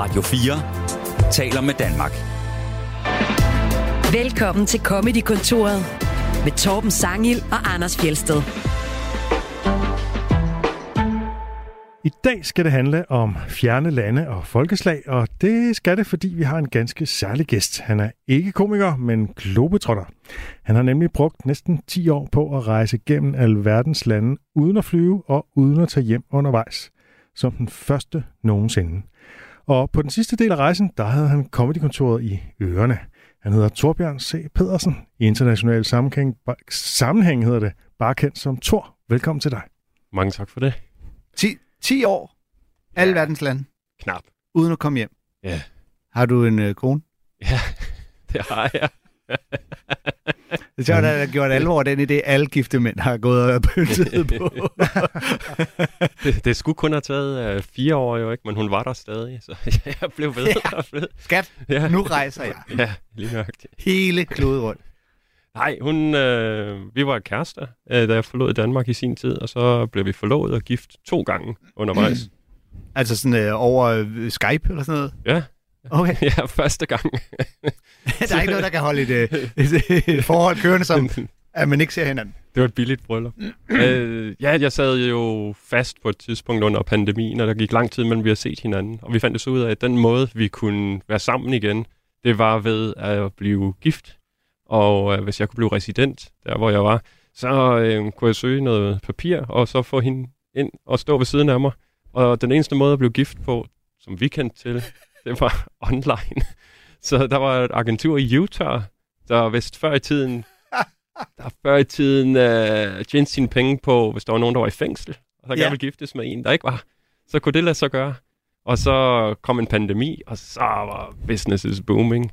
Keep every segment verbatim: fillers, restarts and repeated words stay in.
Radio fire taler med Danmark. Velkommen til Comedy-kontoret med Torben Sangil og Anders Fjeldsted. I dag skal det handle om fjerne lande og folkeslag, og det skal det, fordi vi har en ganske særlig gæst. Han er ikke komiker, men globetrotter. Han har nemlig brugt næsten ti år på at rejse gennem alverdens lande uden at flyve og uden at tage hjem undervejs, som den første nogensinde. Og på den sidste del af rejsen, der havde han Comedy-kontoret i ørerne. Han hedder Torbjørn C. Pedersen. I international sammenhæng, sammenhæng hedder det, bare kendt som Thor. Velkommen til dig. Mange tak for det. ti år. Alle ja. verdens lande. Knap. Uden at komme hjem. Ja. Har du en øh, kone? Ja, det har jeg. Det er der har gjort alvor den idé, alle gifte mænd har gået og pyntet på. det, det skulle kun have taget uh, fire år jo, ikke? Men hun var der stadig, så jeg blev ved. Ja. ved. Skat, ja. Nu rejser jeg. Ja, lige nøjagtigt. Hele kloden rundt. Nej, hun, øh, vi var kærester, øh, da jeg forlod Danmark i sin tid, og så blev vi forlovet og gift to gange undervejs. Altså sådan øh, over øh, Skype eller sådan noget? Ja. Okay. Ja, første gang. Der er ikke noget, der kan holde et, et, et forhold kørende, som at man ikke ser hinanden. Det var et billigt bryllup. øh, ja, jeg sad jo fast på et tidspunkt under pandemien, og der gik lang tid, men vi har set hinanden. Og vi fandt så ud af, at den måde, vi kunne være sammen igen, det var ved at blive gift. Og øh, hvis jeg kunne blive resident, der hvor jeg var, så øh, kunne jeg søge noget papir, og så få hende ind og stå ved siden af mig. Og den eneste måde at blive gift på, som vi kendte til, det var online. Så der var et agentur i Utah, der vist før i tiden, der før i tiden øh, tjente sine penge på, hvis der var nogen, der var i fængsel, og så gerne ville giftes med en, der ikke var. Så kunne det lade sig gøre. Og så kom en pandemi, og så var business booming.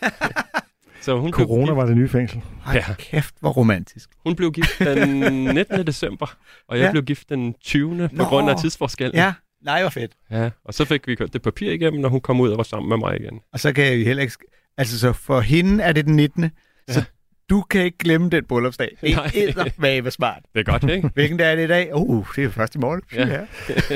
Så hun Corona blev var det nye fængsel. Ej, ja. Kæft, hvor romantisk. Hun blev gift den nittende december, og jeg ja. blev gift den tyvende på Nå. grund af tidsforskellen. Ja, nej, hvor fedt. Ja, og så fik vi kørt det papir igennem, når hun kom ud og var sammen med mig igen. Og så kan jeg jo heller ikke... Altså, så for hende er det den nittende Ja. Så du kan ikke glemme den bryllupsdag. Det er eddermame smart. Det er godt, ikke? Hvilken dag er det i dag? Uh, det er først i morgen. Ja. Ja.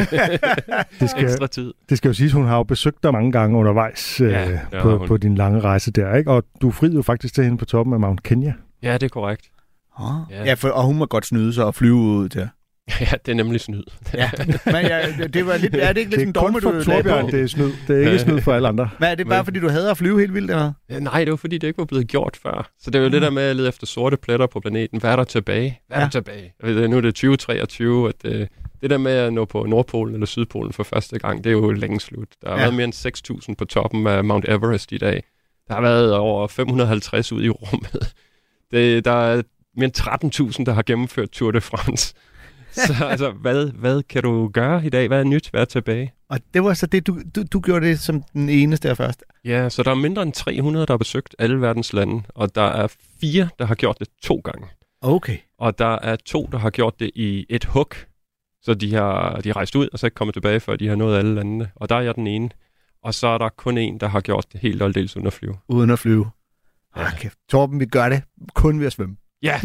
det skal, Ekstra tid. Det skal jo siges, hun har jo besøgt dig mange gange undervejs ja, øh, på, på din lange rejse der, ikke? Og du friede jo faktisk til hende på toppen af Mount Kenya. Ja, det er korrekt. Oh. Ja, ja for, og hun må godt snyde sig og flyve ud til. Ja, det er nemlig snyd. Ja, men ja, det var lidt, er det ikke lidt en dogme, du... Det er kun for Torbjørn, det er snyd. Det er ikke ja. snyd for alle andre. Hvad er det bare, fordi du hader at flyve helt vildt, eller ja, nej, det var fordi, det ikke var blevet gjort før. Så det er jo mm. det der med at lede efter sorte pletter på planeten. Hvad er der tilbage? Hvad er ja. der tilbage? Nu er det tyve treogtyve, at det, det der med at nå på Nordpolen eller Sydpolen for første gang, det er jo længe slut. Der har ja. været mere end seks tusind på toppen af Mount Everest i dag. Der har været over fem hundrede og halvtreds ud i rummet. Det, der er mere end tretten tusind, der har gennemført Tour de France. Så altså, hvad, hvad kan du gøre i dag? Hvad er nyt? Hvad er tilbage? Og det var så det, du, du, du gjorde det som den eneste og første? Ja, så der er mindre end tre hundrede, der har besøgt alle verdens lande, og der er fire, der har gjort det to gange. Okay. Og der er to, der har gjort det i et hug. Så de har, de har rejst ud, og så ikke kommet tilbage, før de har nået alle landene. Og der er jeg den ene. Og så er der kun en, der har gjort det helt og dels uden at flyve. Uden at flyve. Ja. Ah, kæft. Torben, vi gør det kun ved at svømme. Ja.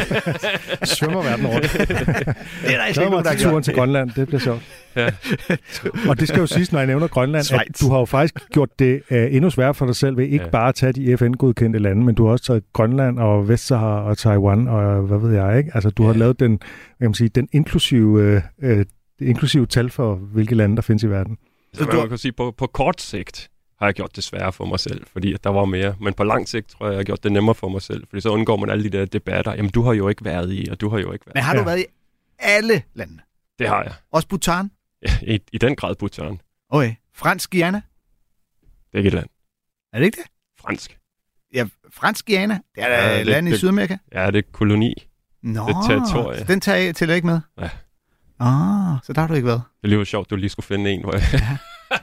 Svømmer verden rundt. Det er der ikke nogen, der turen gjort. Til Grønland, det bliver sjovt. Ja. Og det skal jo siges, når jeg nævner Grønland, Schweiz. At du har jo faktisk gjort det uh, endnu sværere for dig selv ved ikke ja. bare at tage de F N-godkendte lande, men du har også taget Grønland og Vestsahara og Taiwan og hvad ved jeg, ikke? Altså du ja. har lavet den, jeg kan sige, den inklusive, uh, det inklusive tal for, hvilke lande der findes i verden. Så du kan sige, på, på kort sigt har jeg gjort det sværere for mig selv, fordi at der var mere. Men på lang sigt tror jeg, jeg har gjort det nemmere for mig selv, fordi så undgår man alle de der debatter. Jamen, du har jo ikke været i, og du har jo ikke været. Men har du ja. været i alle lande? Det har jeg. Også Bhutan? Ja, i, i den grad Bhutan. Okay. Fransk Guyana? Det er ikke et land. Er det ikke det? Fransk. Ja, Fransk Guyana? Det er da ja, et land i Sydamerika? Ja, det er koloni. Nå, det er territorie. Så den tager, tæller ikke med? Ja. Ah, så der har du ikke været? Det er jo sjovt, du lige skulle finde en, hvor jeg... Ja.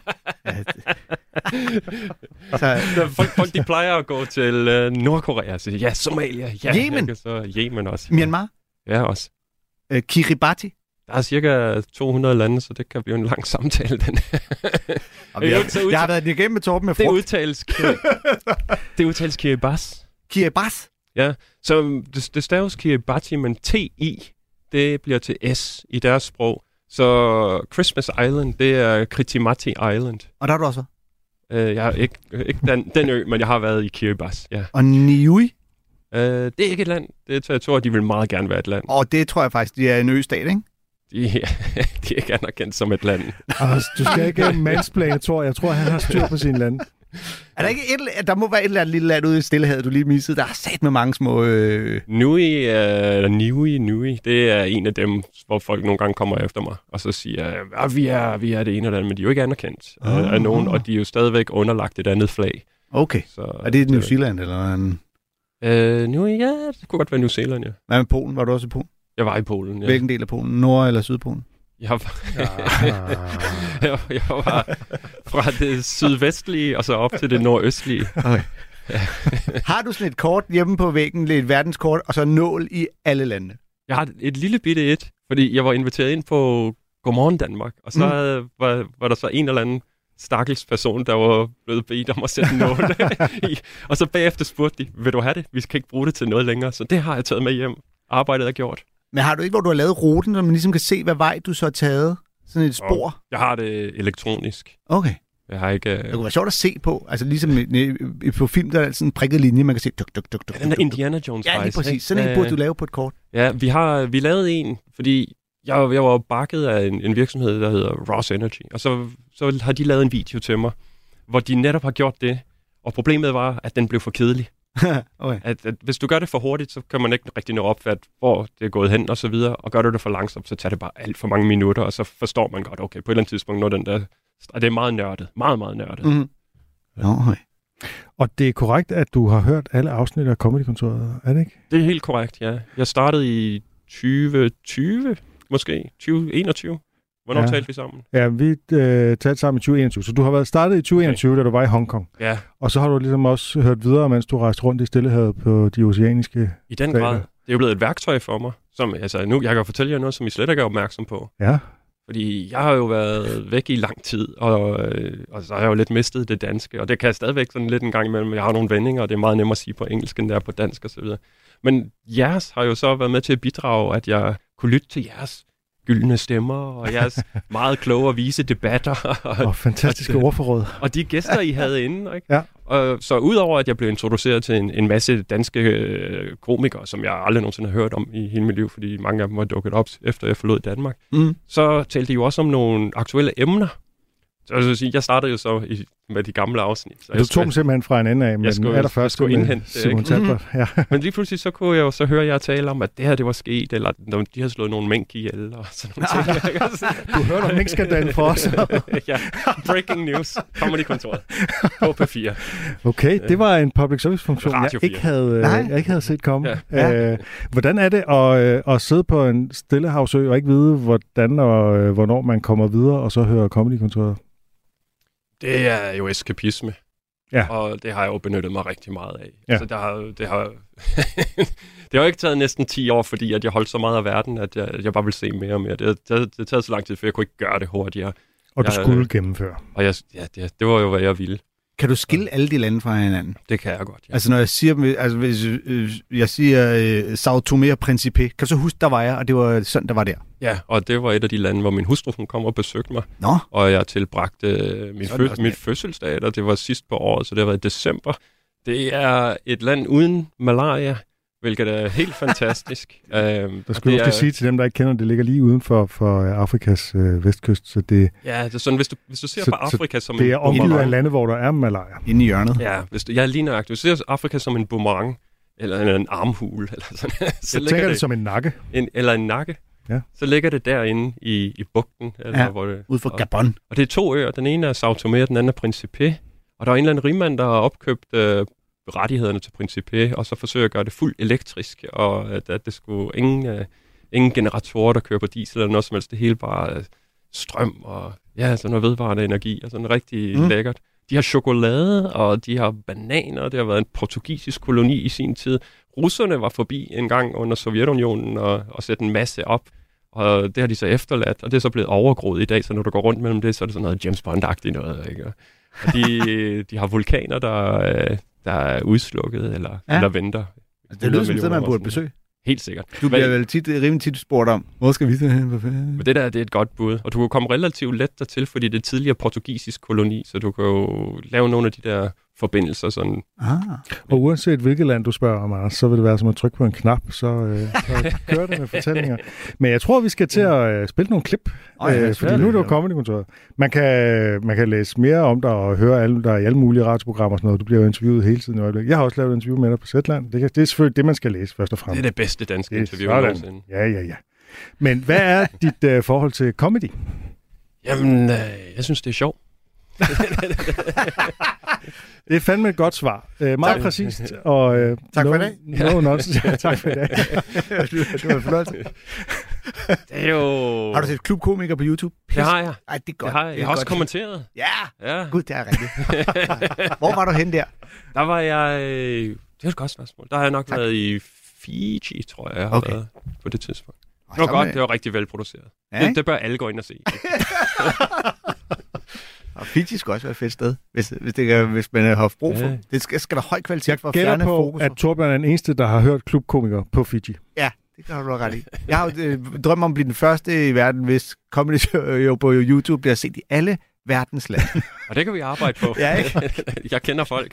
så, så folk, folk de plejer at gå til øh, Nordkorea og sige, ja, Somalia, ja, Yemen, så Yemen også. Myanmar, ja også. Øh, Kiribati. Der er cirka to hundrede lande, så det kan blive en lang samtale. Den. jeg, jeg, jeg har været igennem med Torben med frugt. Det udtales, det udtales Kiribati. Kiribati? Ja, så det, det staves Kiribati, men T I, det bliver til S i deres sprog. Så Christmas Island, det er Kritimati Island. Og der er du også? Øh, jeg har ikke, ikke den, den ø, men jeg har været i Kiribati, ja. Og Niue? Øh, det er ikke et land. Det er et territorium, de vil meget gerne være et land. Og det tror jeg faktisk, de er en østat, ikke? De, de er ikke anerkendt som et land. Altså, du skal ikke mansplane, Thor. Jeg tror, han har styr på sin land. Er der ikke et, der må være et eller andet lille land ude i Stillehavet, du lige missede? Der er sat med mange små... Øh... Nui, eller Niue, Nui, det er en af dem, hvor folk nogle gange kommer efter mig, og så siger, at vi er, vi er det ene eller andet, men de er jo ikke anerkendt uh, af nogen, og de er jo stadigvæk underlagt et andet flag. Okay. Så, er det New Zealand, eller en... Øh, Nui, ja, det kunne godt være New Zealand, ja. Hvad med Polen? Var du også i Polen? Jeg var i Polen, ja. Hvilken del af Polen? Nord- eller Sydpolen? Jeg var, jeg, jeg var fra det sydvestlige og så op til det nordøstlige. Okay. Ja. Har du sådan et kort hjemme på væggen, et verdenskort, og så nål i alle lande? Jeg har et lille bitte et, fordi jeg var inviteret ind på Godmorgen Danmark, og så mm. var, var der så en eller anden stakkels person, der var blevet bedt om at sætte nål i. Og så bagefter spurgte de, vil du have det? Vi skal ikke bruge det til noget længere. Så det har jeg taget med hjem. Arbejdet er gjort. Men har du ikke, hvor du har lavet ruten, så man ligesom kan se, hvad vej du så har taget? Sådan et spor? Og jeg har det elektronisk. Okay. Jeg har ikke... Uh... Det kunne være sjovt at se på. Altså ligesom på film, der er sådan en prikket linje, man kan se... Duk, duk, duk, duk, ja, den er Indiana Jones. Ja, lige præcis. Sådan en burde du lave på et kort. Ja, vi har vi lavede en, fordi jeg, jeg var bakket af en, en virksomhed, der hedder Ross Energy. Og så, så har de lavet en video til mig, hvor de netop har gjort det. Og problemet var, at den blev for kedelig. Okay. At, at hvis du gør det for hurtigt, så kan man ikke rigtig nå opfat, hvor det er gået hen og så videre, og gør du det for langsomt, så tager det bare alt for mange minutter, og så forstår man godt, okay, på et eller andet tidspunkt, når den der, og det er meget nørdet, meget, meget nørdet. Mm-hmm. Okay. Og det er korrekt, at du har hørt alle afsnit af Comedykontoret, er det ikke? Det er helt korrekt, ja. Jeg startede i tyve tyve, måske, tyve enogtyve. Hvornår ja. talte vi sammen? Ja, vi øh, talte sammen i tyve enogtyve, så du har været startet i tyve enogtyve, okay. da du var i Hongkong. Ja. Og så har du ligesom også hørt videre, mens du rejste rundt i Stillehavet på de oceaniske I den grad. Det er jo blevet et værktøj for mig, som altså, nu jeg kan fortælle jer noget, som I slet ikke er opmærksom på. Ja. Fordi jeg har jo været væk i lang tid, og, øh, og så har jeg jo lidt mistet det danske, og det kan jeg stadigvæk sådan lidt en gang imellem. Jeg har nogle vendinger, og det er meget nemmere at sige på engelsk, end det er på dansk og så videre. Men jeres har jo så været med til at bidrage, at jeg kunne lytte til jeres gyldne stemmer, og jeres meget kloge og vise debatter. Og, og fantastiske og, ordforråd. Og de gæster, I havde inde. Ikke? Ja. Og, så udover at jeg blev introduceret til en, en masse danske øh, komikere, som jeg aldrig nogensinde har hørt om i hele mit liv, fordi mange af dem var dukket op, efter jeg forlod Danmark, mm. så talte de jo også om nogle aktuelle emner. Så jeg, sige, jeg startede jo så i, med de gamle afsnit. Så du tog dem simpelthen fra en ende af, men skulle, allerførst med indhente, Simon Talbot. Ja. Men lige pludselig så kunne jeg jo så høre jer tale om, at det her det var sket, eller de havde slået nogle mink ihjel, og sådan nogle ting. Du hørte om minkskandalen for os. Ja, breaking news. Comedykontoret på P fire. Okay, det var en public service funktion, jeg ikke, havde, jeg ikke havde set komme. Ja. Øh, hvordan er det at, at sidde på en stillehavsø og ikke vide, hvordan og hvornår man kommer videre, og så høre Comedykontoret? Det er jo eskapisme, ja. Og det har jeg jo benyttet mig rigtig meget af. Ja. Altså, det har, det har, det har jo ikke taget næsten ti år, fordi at jeg holdt så meget af verden, at jeg, at jeg bare vil se mere og mere. Det har, det, det har taget så lang tid, for jeg kunne ikke gøre det hurtigere. Og du jeg, skulle gennemføre. Og jeg, ja, det, det var jo, hvad jeg ville. Kan du skille alle de lande fra hinanden? Det kan jeg godt, ja. Altså når jeg siger, altså hvis øh, jeg siger øh, Sao Tomé og Principe, kan du så huske, der var jeg, og det var sådan, der var der? Ja, og det var et af de lande, hvor min hustru hun kom og besøgte mig. Nå. Og jeg tilbragte øh, min, fø- mit fødselsdag, og det var sidst på året, så det var i december. Det er et land uden malaria, hvilket er helt fantastisk. øhm, der skulle du er... sige til dem, der ikke kender, det ligger lige uden for, for Afrikas øh, vestkyst. Så det, ja, det er sådan, hvis du, hvis du ser så, på Afrika som det en er omgivet af lande, hvor der er malaria. Inde i hjørnet. Ja, hvis du, jeg er lige nøjagtig. Hvis du ser Afrika som en boomerang, eller en armhule, eller sådan, så jeg tænker det, det som en nakke. En, eller en nakke. Ja. Så ligger det derinde i, i bugten. Eller ja, hvor det, ud for Gabon. Og, og det er to øer. Den ene er Sao Tomé, og den anden er Principe. Og der er en eller anden rigmand, der har opkøbt øh, rettighederne til Principe, og så forsøger at gøre det fuldt elektrisk, og at, at det skulle ingen, øh, ingen generatorer, der kører på diesel eller noget som helst. Det hele bare øh, strøm og ja, sådan noget vedvarende energi, og sådan rigtig mm. lækkert. De har chokolade, og de har bananer. Det har været en portugisisk koloni i sin tid. Russerne var forbi en gang under Sovjetunionen og, og sætte en masse op, og det har de så efterladt, og det er så blevet overgroet i dag, så når du går rundt mellem det, så er det sådan noget James Bond-agtigt noget, ikke? Og de, de har vulkaner, der, der er udslukket eller, ja. eller venter. Altså, det lyder som et sted, man burde besøge. Helt sikkert. Du bliver vel tit, rimelig tit spurgt om, hvor skal vi så hen? Men det der, det er et godt bud. Og du kan komme relativt let dertil, fordi det er tidligere portugisisk koloni, så du kan jo lave nogle af de der forbindelser sådan. Ah. Og uanset hvilket land du spørger om, Anders, så vil det være som at trykke på en knap, så, øh, så kører det med fortællinger. Men jeg tror, vi skal til at øh, spille nogle klip, oh, ja, øh, fordi nu er det jo Comedy-kontoret. Man kan, man kan læse mere om dig og høre alle, der i alle mulige radioprogrammer og sådan noget. Du bliver jo interviewet hele tiden i øjeblikket. Jeg har også lavet et interview med dig på Zetland. Det, det er selvfølgelig det, man skal læse først og fremmest. Det er det bedste danske det interview nogensinde. Ja, ja, ja. Men hvad er dit øh, forhold til comedy? Jamen, øh, jeg synes, det er sjovt. Det er fandme et godt svar. Øh, meget præcist. Og, øh, tak for no, i dag. No, no, ja, tak for i dag. du, du er flot. Det er jo... Har du set Klubkomiker på YouTube? Pis. Det har jeg. Ej, det er godt. Det har jeg. Jeg har også godt. kommenteret. Ja. ja. Gud, det er rigtigt. Hvor var du henne der? Der var jeg... Det er et godt spørgsmål. Der har jeg nok tak. været i Fiji, tror jeg, jeg har okay. været på det tidspunkt. Det var godt. Med... Det var rigtig velproduceret. Ja, det, det bør alle gå ind og se. Og Fiji skal også være et fedt sted, hvis, hvis, det, hvis man har haft brug for. Ja. Det skal, skal der høj kvalitet for at fjerne på, fokus. At Torbjørn er den eneste, der har hørt Klubkomiker på Fiji. Ja, det kan du ret i. Jeg har jo øh, drømt om at blive den første i verden, hvis comedy jo på YouTube bliver set i alle verdens lande. Og det kan vi arbejde på. Ja, ikke? Jeg kender folk.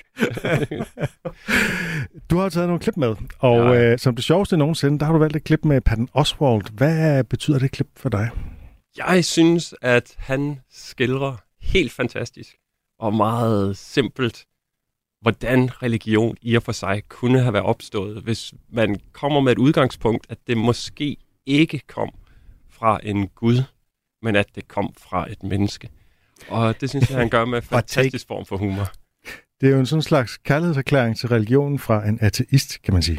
Du har taget nogle klip med, og ja. øh, som det sjoveste nogensinde, der har du valgt et klip med Patton Oswalt. Hvad betyder det klip for dig? Jeg synes, at han skildrer helt fantastisk og meget simpelt, hvordan religion i og for sig kunne have været opstået, hvis man kommer med et udgangspunkt, at det måske ikke kom fra en gud, men at det kom fra et menneske. Og det synes jeg, han gør med en fantastisk form for humor. Det er jo en sådan slags kærlighedserklæring til religionen fra en ateist, kan man sige.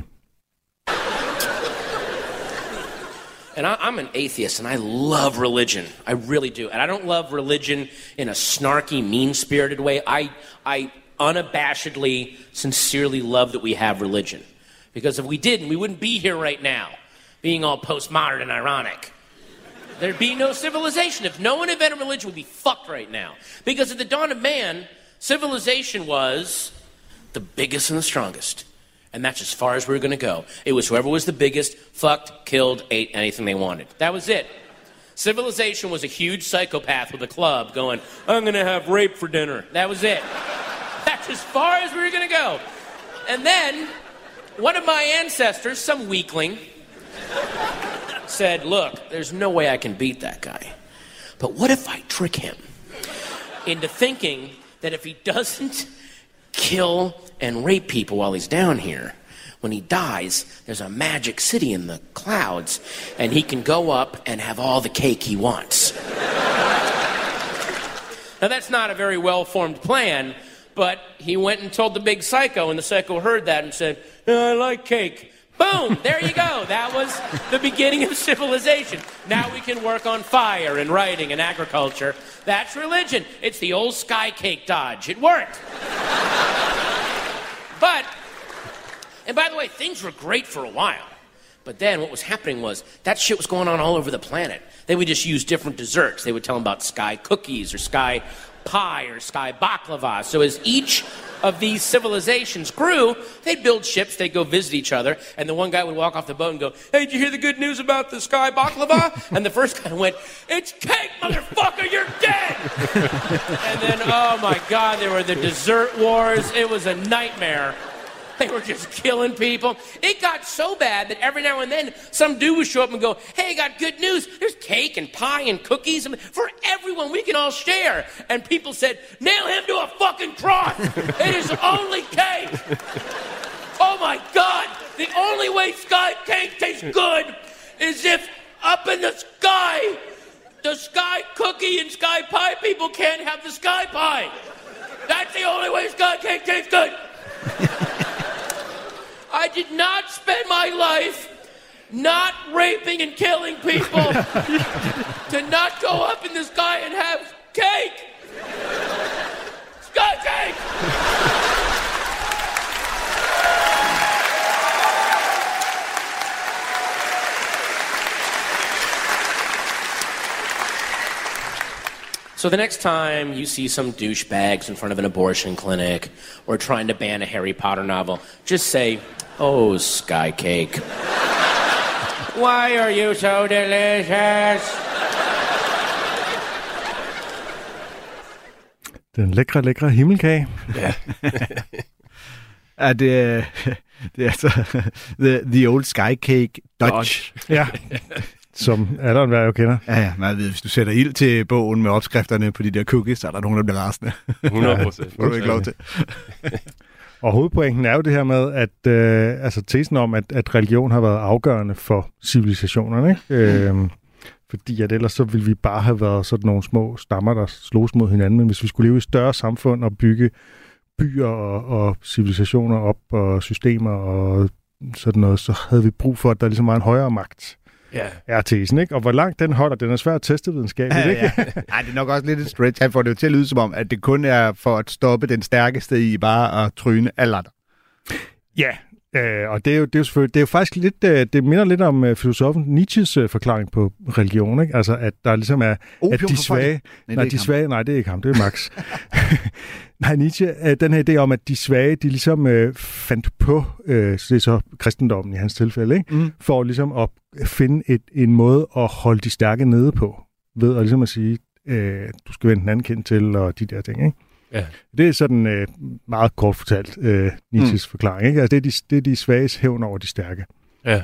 And I, I'm an atheist, and I love religion. I really do. And I don't love religion in a snarky, mean-spirited way. I, I unabashedly, sincerely love that we have religion. Because if we didn't, we wouldn't be here right now, being all postmodern and ironic. There'd be no civilization. If no one invented religion, we'd be fucked right now. Because at the dawn of man, civilization was the biggest and the strongest. And that's as far as we were going to go. It was whoever was the biggest, fucked, killed, ate anything they wanted. That was it. Civilization was a huge psychopath with a club going, I'm going to have rape for dinner. That was it. That's as far as we were going to go. And then, one of my ancestors, some weakling, said, look, there's no way I can beat that guy. But what if I trick him into thinking that if he doesn't kill and rape people while he's down here, when he dies, there's a magic city in the clouds, and he can go up and have all the cake he wants. Now, that's not a very well-formed plan, but he went and told the big psycho, and the psycho heard that and said, I like cake. Boom! There you go. That was the beginning of civilization. Now we can work on fire and writing and agriculture. That's religion. It's the old sky cake dodge. It worked. But, and by the way, things were great for a while. But then what was happening was that shit was going on all over the planet. They would just use different desserts. They would tell them about sky cookies or sky pie or sky baklava. So as each of these civilizations grew, they'd build ships, they'd go visit each other, and the one guy would walk off the boat and go, hey, did you hear the good news about the sky baklava? And the first guy went, it's cake, motherfucker, you're dead! And then, oh my God, there were the dessert wars. It was a nightmare. They were just killing people. It got so bad that every now and then some dude would show up and go, hey, I got good news. There's cake and pie and cookies and for everyone. We can all share. And people said, nail him to a fucking cross. It is only cake. Oh, my God. The only way sky cake tastes good is if up in the sky, the sky cookie and sky pie people can't have the sky pie. That's the only way sky cake tastes good. I did not spend my life not raping and killing people to not go up in the sky and have cake. Sky cake! So the next time you see some douchebags in front of an abortion clinic or trying to ban a Harry Potter novel, just say, oh, sky cake. Why are you so delicious? Den lækre, lækre himmelkage. Ja. Er det, det er altså the, the old sky cake Dodge. Ja, som alle og enhver jo kender. Ja, ja, man ved, hvis du sætter ild til bogen med opskrifterne på de der cookies, så er der nogen, der bliver rasende. hundrede procent. Det får du ikke lov til. Og hovedpointen er jo det her med, at øh, altså tesen om, at, at religion har været afgørende for civilisationerne, ikke? Mm. Øh, fordi at ellers så ville vi bare have været sådan nogle små stammer, der slås mod hinanden. Men hvis vi skulle leve i større samfund og bygge byer og, og civilisationer op og systemer og sådan noget, så havde vi brug for, at der ligesom var en højere magt. Ja. Er tesen, ikke? Og hvor langt den holder, den er svært at teste videnskabeligt, Ja, ikke? ja. Ej, det er nok også lidt et stretch. Han får det jo til at lyde som om, at det kun er for at stoppe den stærkeste i bare at tryne alle andre. Ja, øh, og det er jo, det er jo selvfølgelig, det er jo faktisk lidt, øh, det minder lidt om øh, filosofen Nietzsches øh, forklaring på religion, ikke? Altså, at der ligesom er, Opium at de for svage, nej, nej, de svage, nej, det er ikke ham, det er Max. Nej, Nietzsche, øh, den her idé om, at de svage, de ligesom øh, fandt på, øh, så det er så kristendommen i hans tilfælde, ikke? Mm. For ligesom at finde et, en måde at holde de stærke nede på, ved at ligesom at sige, øh, du skal vende den anden kind til, og de der ting, ikke? Ja. Det er sådan øh, meget kort fortalt øh, Nietzsches mm. forklaring, ikke? Altså, det er de, det er de svages hævn over de stærke. Ja.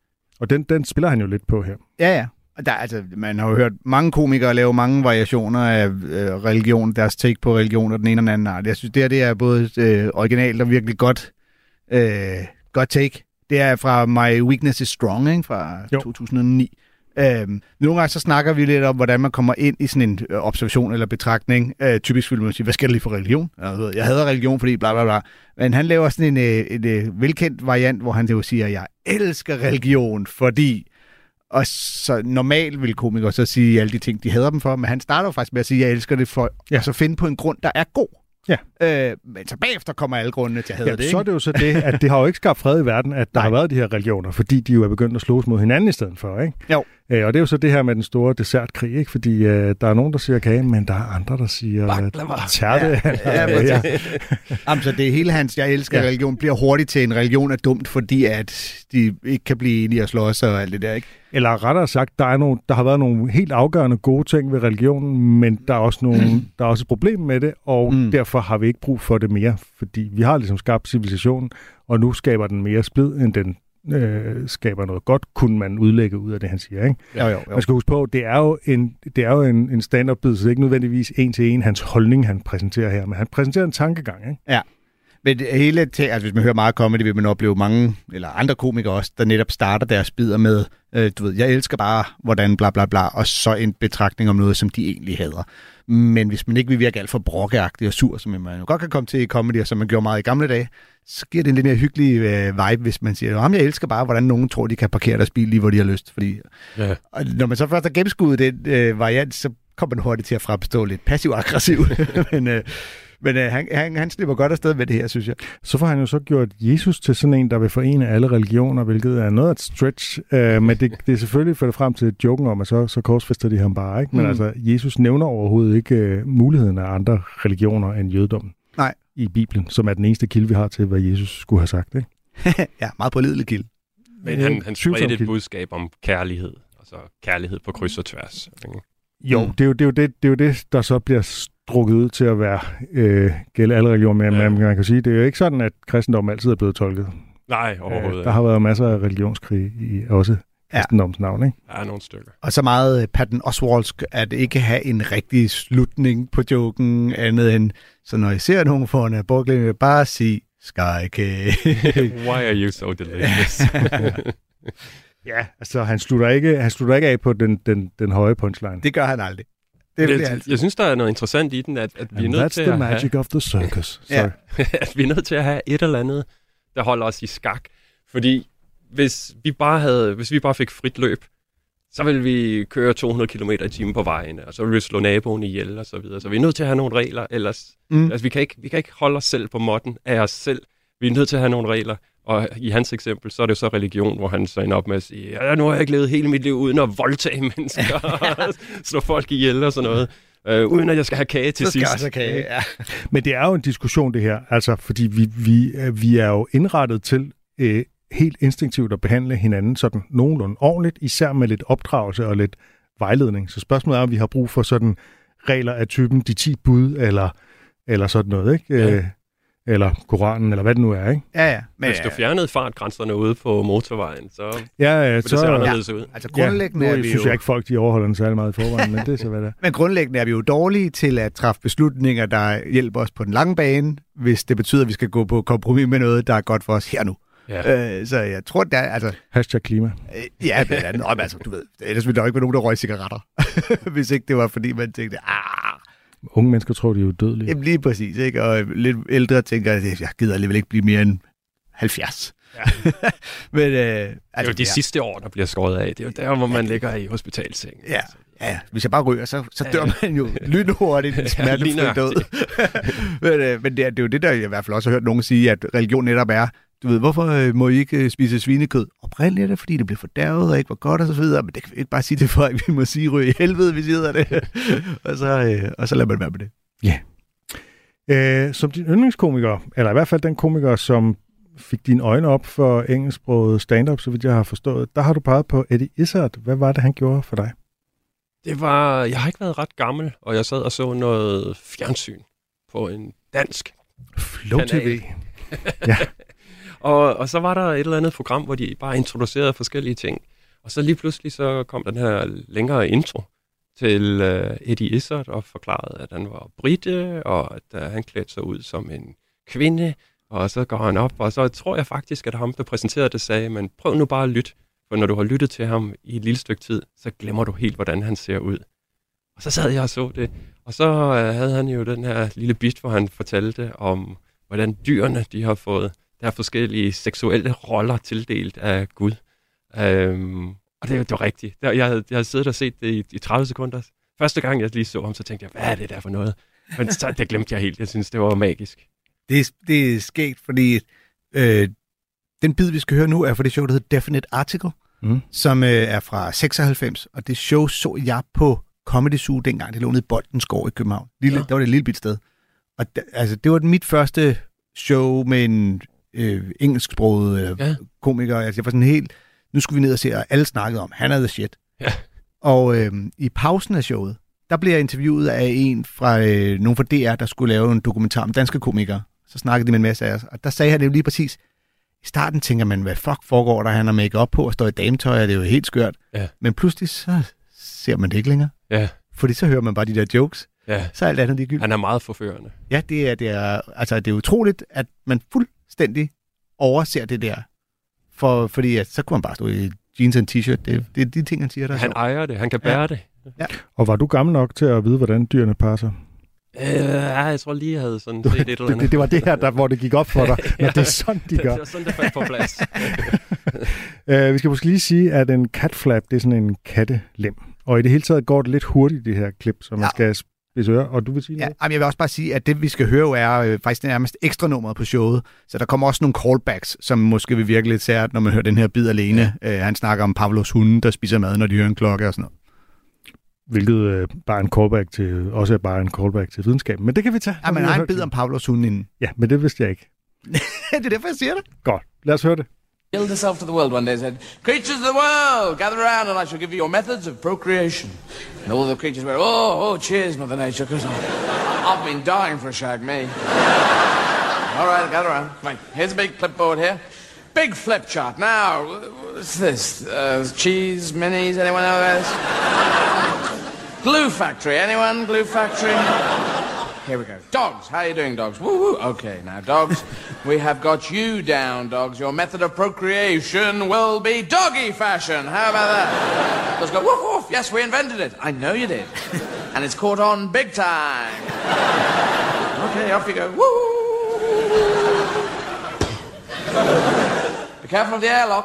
Og den, den spiller han jo lidt på her. Ja, ja. Der, altså, man har jo hørt mange komikere lave mange variationer af øh, religion, deres take på religion og den ene og den anden art. Jeg synes, det her det er både øh, originalt og virkelig godt, øh, godt take. Det er fra My Weakness is Strong, ikke? Fra jo. to tusind og ni. Øhm, nogle gange så snakker vi lidt om, hvordan man kommer ind i sådan en øh, observation eller betragtning. Øh, typisk vil man sige, hvad skal der lige for religion? Jeg, jeg hader religion, fordi bla bla bla. Men han laver sådan en, øh, en øh, velkendt variant, hvor han jo siger, jeg elsker religion, fordi... Og så normalt vil komikere så sige alle de ting, de hader dem for, men han starter jo faktisk med at sige, jeg elsker det for, ja. Og så finde på en grund, der er god. Ja. Øh, men så bagefter kommer alle grundene til at hade ja, det, ikke? Så er det jo så det, at det har jo ikke skabt fred i verden, at der Nej. har været de her religioner, fordi de jo er begyndt at slås mod hinanden i stedet for, ikke? Jo. Øh, og det er jo så det her med den store dessertkrig, ikke? Fordi øh, der er nogen, der siger kage, men der er andre, der siger tærte. Ja, ja, ja, ja. Jamen, så det er hele hans, jeg elsker ja. religion, bliver hurtigt til en religion er dumt, fordi at de ikke kan blive enige og slås og alt det der, ikke? Eller rettere sagt, der, er nogle, der har været nogle helt afgørende gode ting ved religionen, men der er også, nogle, mm. der er også et problem med det, og mm. derfor har vi ikke brug for det mere, fordi vi har ligesom skabt civilisationen, og nu skaber den mere splid, end den øh, skaber noget godt, kunne man udlægge ud af det, han siger, ikke? Jo, jo, jo. Man skal huske på, det er jo en, det er jo en, en stand-up-bid, så det er ikke nødvendigvis en til en hans holdning, han præsenterer her, men han præsenterer en tankegang, ikke? Ja. Men det hele, altså hvis man hører meget comedy, vil man opleve mange, eller andre komikere også, der netop starter deres bidder med, øh, du ved, jeg elsker bare, hvordan bla bla bla, og så en betragtning om noget, som de egentlig hader. Men hvis man ikke vil virke alt for brokkeagtig og sur, som man jo godt kan komme til i comedy, og som man gjorde meget i gamle dage, så giver det en lidt mere hyggelig øh, vibe, hvis man siger, at jeg elsker bare, hvordan nogen tror, de kan parkere deres bil lige, hvor de har lyst. Fordi, ja. Og når man så først har gennemskuddet den øh, variant, så kommer man hurtigt til at fremstå lidt passiv-aggressiv. Men... Øh, Men øh, han, han, han slipper godt afsted med det her, synes jeg. Så får han jo så gjort Jesus til sådan en, der vil forene alle religioner, hvilket er noget af et stretch. Øh, men det, det er selvfølgelig ført frem til joken om, at så, så korsfæster de ham bare, ikke? Men mm. altså, Jesus nævner overhovedet ikke øh, muligheden af andre religioner end jødedommen. Nej. I Bibelen, som er den eneste kilde, vi har til, hvad Jesus skulle have sagt, ikke? Ja, meget pålidelig kilde. Men han, han spredte et budskab om kærlighed, altså kærlighed på kryds og tværs. Ikke? Jo, mm. det, er jo, det, er jo det, det er jo det, der så bliver strukket ud til at være øh, gælde alle religioner, men ja. man, man kan sige, det er jo ikke sådan, at kristendommen altid er blevet tolket. Nej, overhovedet øh, Der har været masser af religionskrig i også kristendoms navn, ikke? Ja, nogle stykker. Og så meget Patton Oswaltsk at ikke have en rigtig slutning på joken, andet end, så når jeg ser nogen for en abortglæde, vil jeg bare sige, skycake. Why are you so delicious? Ja, altså han slutter ikke, han slutter ikke af på den, den, den høje punchline. Det gør han aldrig. Det jeg, jeg, jeg synes, der er noget interessant i den, at, at vi er nødt til at have... That's the magic of the circus. Ja. At vi er nødt til at have et eller andet, der holder os i skak. Fordi hvis vi bare, havde, hvis vi bare fik frit løb, så ville vi køre to hundrede kilometer i timen på vejene, og så ville vi slå naboen ihjel og så videre. Så vi er nødt til at have nogle regler, ellers... Mm. Altså, vi kan, ikke, vi kan ikke holde os selv på måtten af os selv. Vi er nødt til at have nogle regler. Og i hans eksempel, så er det jo så religion, hvor han så ender op med at sige, ja, nu har jeg ikke levet hele mit liv uden at voldtage mennesker og slå folk ihjel og sådan noget. Øh, uden at jeg skal have kage til så sidst. Så skal jeg kage, ja. Men det er jo en diskussion, det her. Altså, fordi vi, vi, vi er jo indrettet til øh, helt instinktivt at behandle hinanden sådan nogenlunde ordentligt, især med lidt opdragelse og lidt vejledning. Så spørgsmålet er, om vi har brug for sådan regler af typen de ti bud, eller, eller sådan noget, ikke? Ja. Øh, eller Koranen, eller hvad det nu er, ikke? Ja, ja. Men, Hvis du fjernede fartgrænserne ude på motorvejen, så ja, ja, vil så, det se anderledes ja. ud. Altså grundlæggende ja, er vi synes jo... jeg ikke, folk de overholder den særlig meget i forvejen, men det er så, hvad det er. Men grundlæggende er vi jo dårlige til at træffe beslutninger, der hjælper os på den lange bane, hvis det betyder, at vi skal gå på kompromis med noget, der er godt for os her nu. Ja. Øh, så jeg tror, det er... Altså, Hashtag klima. Øh, ja, det er noget, altså, du ved. Ellers ville der jo ikke være nogen, der røg cigaretter. Hvis ikke det var, fordi man tænkte, ah... Unge mennesker tror, de er udødelige. Jamen lige præcis, ikke? Og lidt ældre tænker, at jeg gider alligevel ikke blive mere end halvfjerds. Ja. Men, øh, altså, det er jo de ja. sidste år, der bliver skåret af. Det er jo der, hvor man ligger i hospitalsengen. Ja. Ja, hvis jeg bare ryger, så, så dør man jo lynhurtigt en smertefri død. men øh, men det, er, det er jo det, der jeg i hvert fald også har hørt nogen sige, at religion netop er, du ved, hvorfor øh, må I ikke øh, spise svinekød? Oprindeligt er det, fordi det bliver fordærvet og ikke var godt og så videre, men det kan vi ikke bare sige til folk, vi må sige ryge i helvede, hvis I hedder det. og, så, øh, og så lader man være med det. Ja. Yeah. Øh, som din yndlingskomiker, eller i hvert fald den komiker, som fik dine øjne op for engelsksproget stand-up, så vidt jeg har forstået, der har du peget på Eddie Izzard. Hvad var det, han gjorde for dig? Det var, jeg har ikke været ret gammel, og jeg sad og så noget fjernsyn på en dansk Flow T V. Ja. og, og så var der et eller andet program, hvor de bare introducerede forskellige ting. Og så lige pludselig så kom den her længere intro til uh, Eddie Izzard og forklarede, at han var brite, og at uh, han klædte sig ud som en kvinde. Og så går han op, og så tror jeg faktisk, at ham, der præsenterede det, sagde, men prøv nu bare at lytte. For når du har lyttet til ham i et lille stykke tid, så glemmer du helt, hvordan han ser ud. Og så sad jeg og så det. Og så øh, havde han jo den her lille bit, hvor han fortalte om, hvordan dyrene de har fået der forskellige seksuelle roller tildelt af Gud. Øhm, og det, det var rigtigt. Jeg, jeg, havde, jeg havde siddet og set det i, i tredive sekunder. Første gang, jeg lige så ham, så tænkte jeg, hvad er det der for noget? Men så, det glemte jeg helt. Jeg synes, det var magisk. Det er, det er skægt, fordi... Øh, Den bid, vi skal høre nu, er fra det show, der hedder Definite Article, mm. som øh, er fra seksoghalvfems, og det show så jeg på Comedy Zoo dengang, det lå nede i Boltens Gård i København. Lille, ja. Der var det et lille bit sted. Og da, altså, det var mit første show med en øh, engelsksproget øh, ja. komiker. Altså, jeg var sådan helt, nu skulle vi ned og se, og alle snakkede om, han er the shit. Ja. Og øh, i pausen af showet, der blev jeg interviewet af en fra, øh, nogen fra D R, der skulle lave en dokumentar om danske komikere. Så snakkede de med en masse af os, og der sagde han det jo lige præcis. I starten tænker man, hvad fuck foregår der? Han har make-up på og står i dametøj, og det er jo helt skørt. Ja. Men pludselig så ser man det ikke længere. Ja. Fordi så hører man bare de der jokes. Ja. Så er alt andet ligegyldigt. Han er meget forførende. Ja, det er, det er, altså, det er utroligt, at man fuldstændig overser det der. For, fordi at, så kunne man bare stå i jeans og en t-shirt. Det, det er de ting, han siger der. Han ejer det. Han kan bære ja. det. Ja. Og var du gammel nok til at vide, hvordan dyrene passer? Øh, ja, jeg tror lige, jeg havde sådan set et eller andet. Det, det var det her, der, hvor det gik op for dig. ja, Når det er sådan, de gør. Det var sådan, det faldt på plads. uh, vi skal måske lige sige, at en catflap, det er sådan en kattelem. Og i det hele taget går det lidt hurtigt, det her klip, så man ja. skal spidse ører. Og du vil sige ja, noget? Jeg vil også bare sige, at det, vi skal høre, er øh, faktisk nærmest ekstra nummeret på showet. Så der kommer også nogle callbacks, som måske vil virke lidt sært, når man hører den her bid alene. Ja. Uh, han snakker om Pavlos hunde, der spiser mad, når de hører en klokke og sådan noget. Hvilket øh, bare er en callback til, også er bare en callback til videnskaben. Men det kan vi tage. Ja, men har en bid om Pavlos hunde inden. Ja, men det vidste jeg ikke. Det er derfor, jeg siger det. Godt, lad os høre det. Yelled herself to the world one day and said, "Creatures of the world, gather around and I shall give you your methods of procreation." And all the creatures went, "Oh, oh, cheers, Mother Nature, because I've been dying for a shag, me." All right, gather around. Come on, here's a big clipboard here. Big flip chart. Now, what's this? Uh, cheese, minis, anyone know this? Glue factory, anyone? Glue factory? Here we go. Dogs, how are you doing, dogs? Woo woo. Okay, now, dogs, we have got you down, dogs. Your method of procreation will be doggy fashion. How about that? Dogs go, woof woof. Yes, we invented it. I know you did. And it's caught on big time. Okay, off you go. Woo! Be careful of the airlock.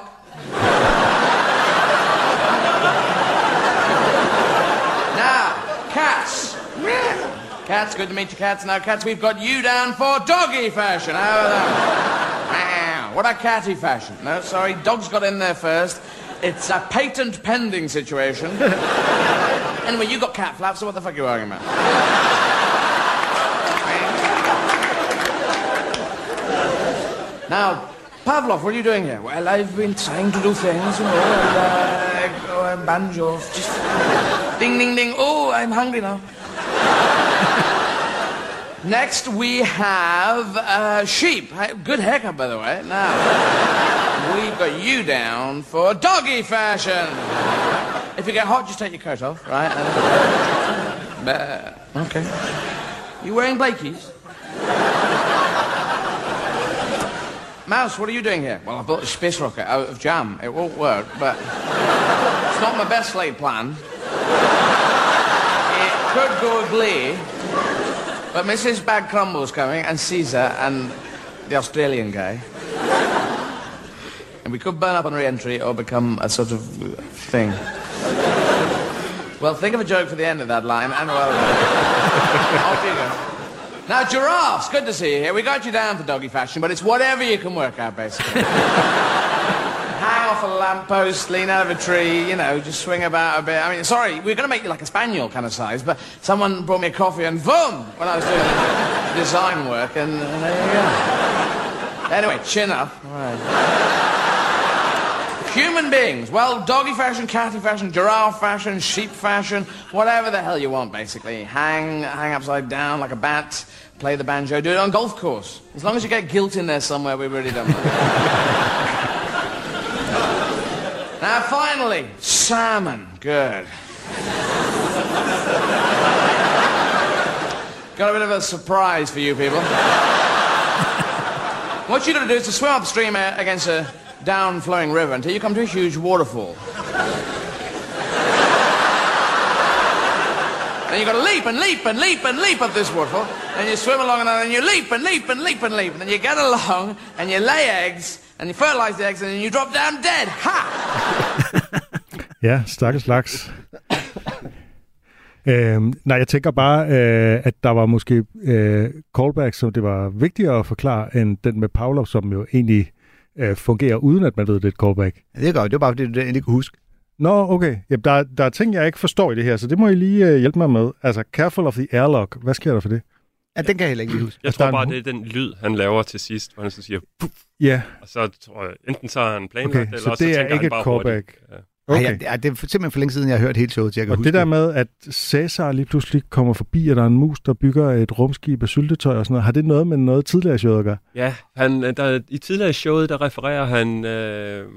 Now, cats. Cats, good to meet you, cats. Now, cats, we've got you down for doggy fashion. How about that? What about catty fashion? No, sorry, dogs got in there first. It's a patent pending situation. Anyway, you got cat flaps, so what the fuck are you arguing about? Now, Pavlov, what are you doing here? Well, I've been trying to do things, you know, like uh, banjo. Just ding, ding, ding. Oh, I'm hungry now. Next, we have uh, sheep. Good haircut, by the way. Now, we've got you down for doggy fashion. If you get hot, just take your coat off, right? And, uh, okay. You wearing Blakey's? Mouse, what are you doing here? Well, I built a space rocket out of jam. It won't work, but it's not my best laid plan. It could go glee, but Missus Bag Crumble's coming, and Caesar, and the Australian guy. And we could burn up on re-entry or become a sort of thing. Well, think of a joke for the end of that line, and well, off you go. Now, giraffes, good to see you here. We got you down for doggy fashion, but it's whatever you can work out, basically. Hang off a lamppost, lean out of a tree, you know, just swing about a bit. I mean, sorry, we were going to make you like a spaniel kind of size, but someone brought me a coffee and boom, when I was doing design work, and, and there you go. Anyway, chin up. All right. Human beings. Well, doggy fashion, catty fashion, giraffe fashion, sheep fashion, whatever the hell you want, basically. Hang, hang upside down like a bat, play the banjo, do it on a golf course. As long as you get guilt in there somewhere, we've already done that. Now, finally, salmon. Good. Got a bit of a surprise for you people. What you got to do is to swim upstream against a down-flowing river until you come to a huge waterfall. Then you got to leap and leap and leap and leap up this waterfall. Then you swim along and then you leap and leap and leap and leap. And then you get along and you lay eggs and you fertilize the eggs and then you drop down dead. Ha! Ja, stakkels laks. Øhm, nej, jeg tænker bare, øh, at der var måske øh, callbacks, som det var vigtigere at forklare, end den med Pavlov, som jo egentlig øh, fungerer uden, at man ved, det er et callback. Ja, det er godt. Det var bare, fordi du ikke kunne huske. Nå, okay. Jamen, der, der er ting, jeg ikke forstår i det her, så det må I lige øh, hjælpe mig med. Altså, careful of the airlock. Hvad sker der for det? Ja, den kan jeg heller ikke lige huske. Jeg tror bare, det er den lyd, han laver til sidst, hvor han så siger, puff. Ja. Og så tror jeg, enten så er han planlagt, Okay, eller så også det så er tænker ikke han et bare callback. hurtigt. Ja. Okay. Ej, ja, det er simpelthen for længe siden, jeg har hørt hele showet, så jeg kan Og huske det der med, at Cæsar lige pludselig kommer forbi, og der er en mus, der bygger et rumskib af syltetøj og sådan noget, har det noget med noget tidligere show at gøre? Ja, han, der, i tidligere showet, der refererer han... Øh,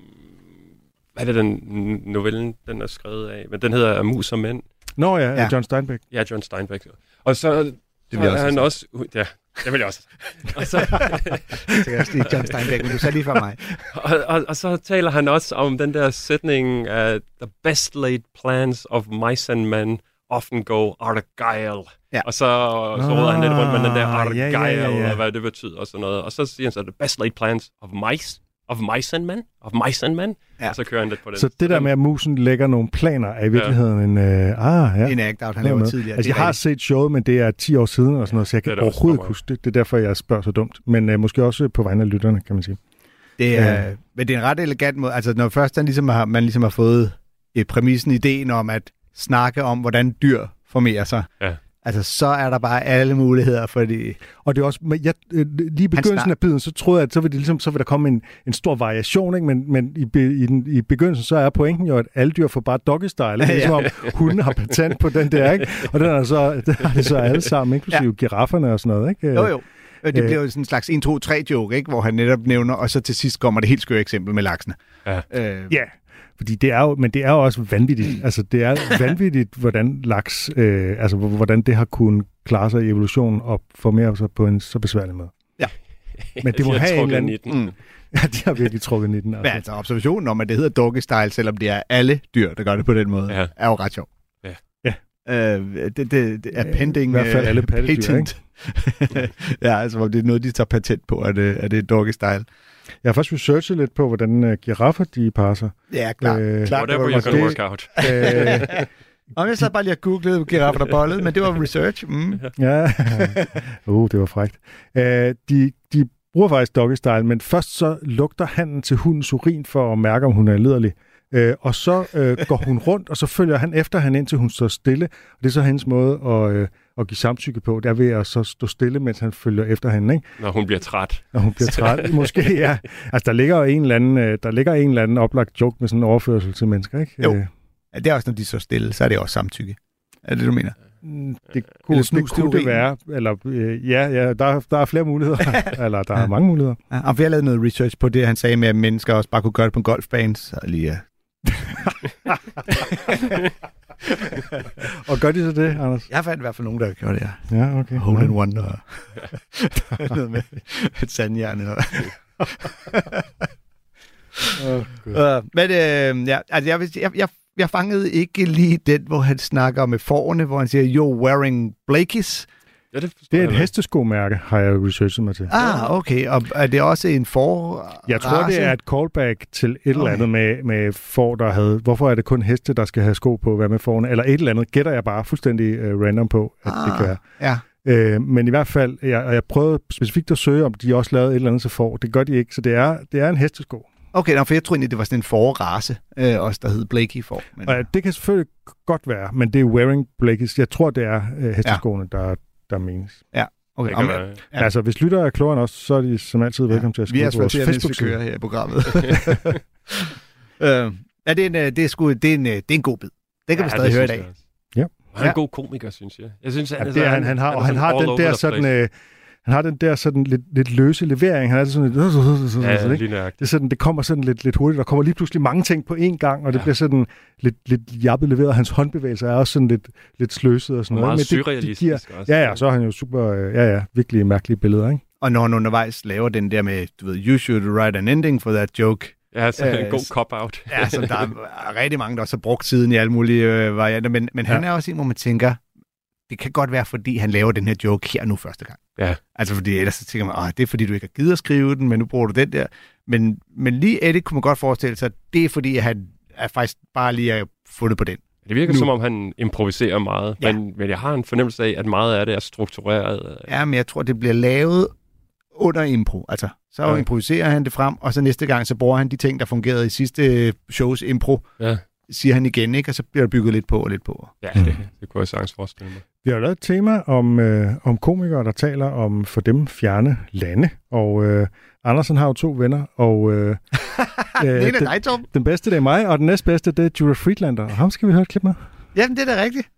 hvad er det, den novellen, den er skrevet af? Men den hedder Mus og Mænd. Nå ja, Ja. John Steinbeck. Ja, John Steinbeck. Og så... Det vil jeg så er også han sige. også... Ja, det vil jeg også. Og så, Jeg tænker også, det er John Steinbeck, men du sagde lige for mig. og, og, og så taler han også om den der sætning, uh, the best laid plans of mice and men often go argyle. Ja. Og så, så råder han lidt rundt med den der Ah, argyle, ja, ja, ja, ja. og hvad det betyder og sådan noget. Og så siger han så, the best laid plans of mice, of mice and men, of mice and men. Ja. Og så kører han lidt på det. Så det der med, at musen lægger nogle planer, er i virkeligheden en... Øh, ah, ja. En act-out, han Noget laver med. tidligere. Altså, Det jeg er har rigtigt. set showet, men det er ti år siden, og sådan noget, så jeg Det er kan det også overhovedet for ikke mig. huske det. Det er derfor, jeg spørger så dumt. Men øh, måske også på vegne af lytterne, kan man sige. Det er, Ja. men det er en ret elegant måde. Altså, når først han ligesom har, man ligesom har fået et præmissen, ideen om at snakke om, hvordan dyr formerer sig, Ja. altså, så er der bare alle muligheder for det. Og det er også, men jeg, øh, lige i begyndelsen snak- af biden, så troede jeg, at så vil, det ligesom, så vil der komme en, en stor variation, ikke? Men, men i, be, i, den, i begyndelsen, så er pointen jo, at alle dyr får bare doggy-style. Ikke? Ligesom om hunden har patent på den der, ikke? Og den er så, den har de så alle sammen, inklusive ja. girafferne og sådan noget, ikke? Jo, jo. Det Øh. bliver jo sådan en slags en, to, tre joke, ikke? Hvor han netop nævner, og så til sidst kommer det helt skøre eksempel med laksene. Ja. Øh, Ja, fordi det er jo, men det er jo også vanvittigt. Altså, det er vanvittigt, hvordan laks, øh, altså hvordan det har kunnet klare sig i evolutionen og formere sig på en så besværlig måde. Ja. Men det må De har have en trukket eller anden... nitten. Mm. Ja, de har virkelig trukket nitten. Men altså, observationen om, at det hedder doggy style, selvom det er alle dyr, der gør det på den måde, Ja. er jo ret sjov. Ja. Ja. Øh, det, det, det er pending... I hvert fald øh, alle pattedyr, patent. Ja, altså, hvor det er noget, de tager patent på, at det, at det er doggy style. Jeg har først researchet lidt på, hvordan uh, giraffer de passer. Ja, klart. Øh, klart Whatever det you var can måske- work out. Øh, Og jeg sad bare lige og googlede giraffer, der bollede, men det var research. Mm. ja, uh, det var frækt. Uh, de, de bruger faktisk doggy style, men først så lugter hannen til hundens urin for at mærke, om hun er liderlig. Uh, og så uh, går hun rundt, og så følger han efter han ind, til hun står stille. Og det er så hendes måde at, uh, at give samtykke på, det er ved at så stå stille, mens han følger efter hende, ikke? Når hun bliver træt. Når hun bliver træt, måske, ja. Altså, der ligger en eller anden, der ligger en eller anden oplagt joke med sådan en overførsel til mennesker, ikke? Jo. Ja, det er også, når de står stille, så er det også samtykke. Er det, du mener? Det kunne det, kunne det være. Eller, øh, ja, ja der, der er flere muligheder. Eller der er mange muligheder. Ja, og vi har lavet noget research på det, han sagde med, at mennesker også bare kunne gøre det på en golfbane. Så lige, ja. Og gør de så det, Anders? Jeg fandt i hvert fald nogen, der gjorde det, ja. Ja, okay. Hole in one, og noget med et sandjern. Eller oh, uh, men øh, ja, altså jeg, jeg, jeg, jeg fangede ikke lige den, hvor han snakker med fårene, hvor han siger, you're wearing Blakey's. Ja, det, det er et hesteskomærke, har jeg researchet mig til. Ah, okay. Og er det også en får? Jeg tror, det er et callback til et eller andet okay. med, med får, der havde... Hvorfor er det kun heste, der skal have sko på, hvad med fårene? Eller et eller andet gætter jeg bare fuldstændig uh, random på, at ah, det kan være. Ja. Øh, men i hvert fald, jeg, jeg prøvede specifikt at søge, om de også lavede et eller andet til får. Det gør de ikke, så det er, det er en hestesko. Okay, nå, for jeg tror egentlig, det var sådan en forrace, øh, også der hed Blakey for. Men... Og det kan selvfølgelig godt være, men det er wearing Blakey's. Jeg tror, det er øh, hesteskoene, ja. der, der menes. Ja, okay. Om, ja. Altså, hvis lytter er klogere end os, så er de som altid velkommen ja. til at skrive på vores Facebook-side. Vi er her i programmet. øh, ja, det er, en, det, er sgu, det, er en, det er en god bid. Det kan ja, vi stadig høre i dag. Ja. Han er en god komiker, synes jeg. Jeg synes, ja, det er han, han har, og han har den der sådan... Øh, Han har den der sådan lidt, lidt løse levering. Han er sådan lidt... Ja, ikke? Det, er sådan, det kommer sådan lidt, lidt hurtigt. Der kommer lige pludselig mange ting på én gang, og det ja. bliver sådan lidt, lidt jappet leveret. Hans håndbevægelser er også sådan lidt, lidt sløset og sådan og noget. Meget surrealistisk det, giver, ja, ja, så er han jo super... Ja, ja, virkelig mærkelige billeder, ikke? Og når han undervejs laver den der med, du ved, you should write an ending for that joke. Ja, så er en god cop-out. Ja, så der er rigtig mange, der også har brugt siden i alle mulige øh, varianter. Men, men ja. han er også en, hvor man tænker, det kan godt være, fordi han laver den her joke her nu første gang. Ja. Altså, fordi ellers så tænker man, åh, det er fordi, du ikke har givet at skrive den, men nu bruger du den der. Men, men lige Eddie kunne man godt forestille sig, at det er fordi, at han er faktisk bare lige har fundet på den. Det virker nu. som om, han improviserer meget, ja. men, men jeg har en fornemmelse af, at meget af det er struktureret. Ja, men jeg tror, det bliver lavet under impro. Altså, så ja. improviserer han det frem, og så næste gang, så bruger han de ting, der fungerede i sidste shows impro. Ja. Siger han igen, ikke? Og så bliver der bygget lidt på og lidt på. Ja, det, det kunne jeg sagtens forestille mig. Vi har lavet et tema om, øh, om komikere, der taler om for dem fjerne lande. Og øh, Andersen har jo to venner, og øh, øh, det er dig, Tom. Den bedste, det er mig, og den næstbedste, det er Jura Friedlander. Og ham skal vi høre et klip med. Jamen, det er da rigtigt.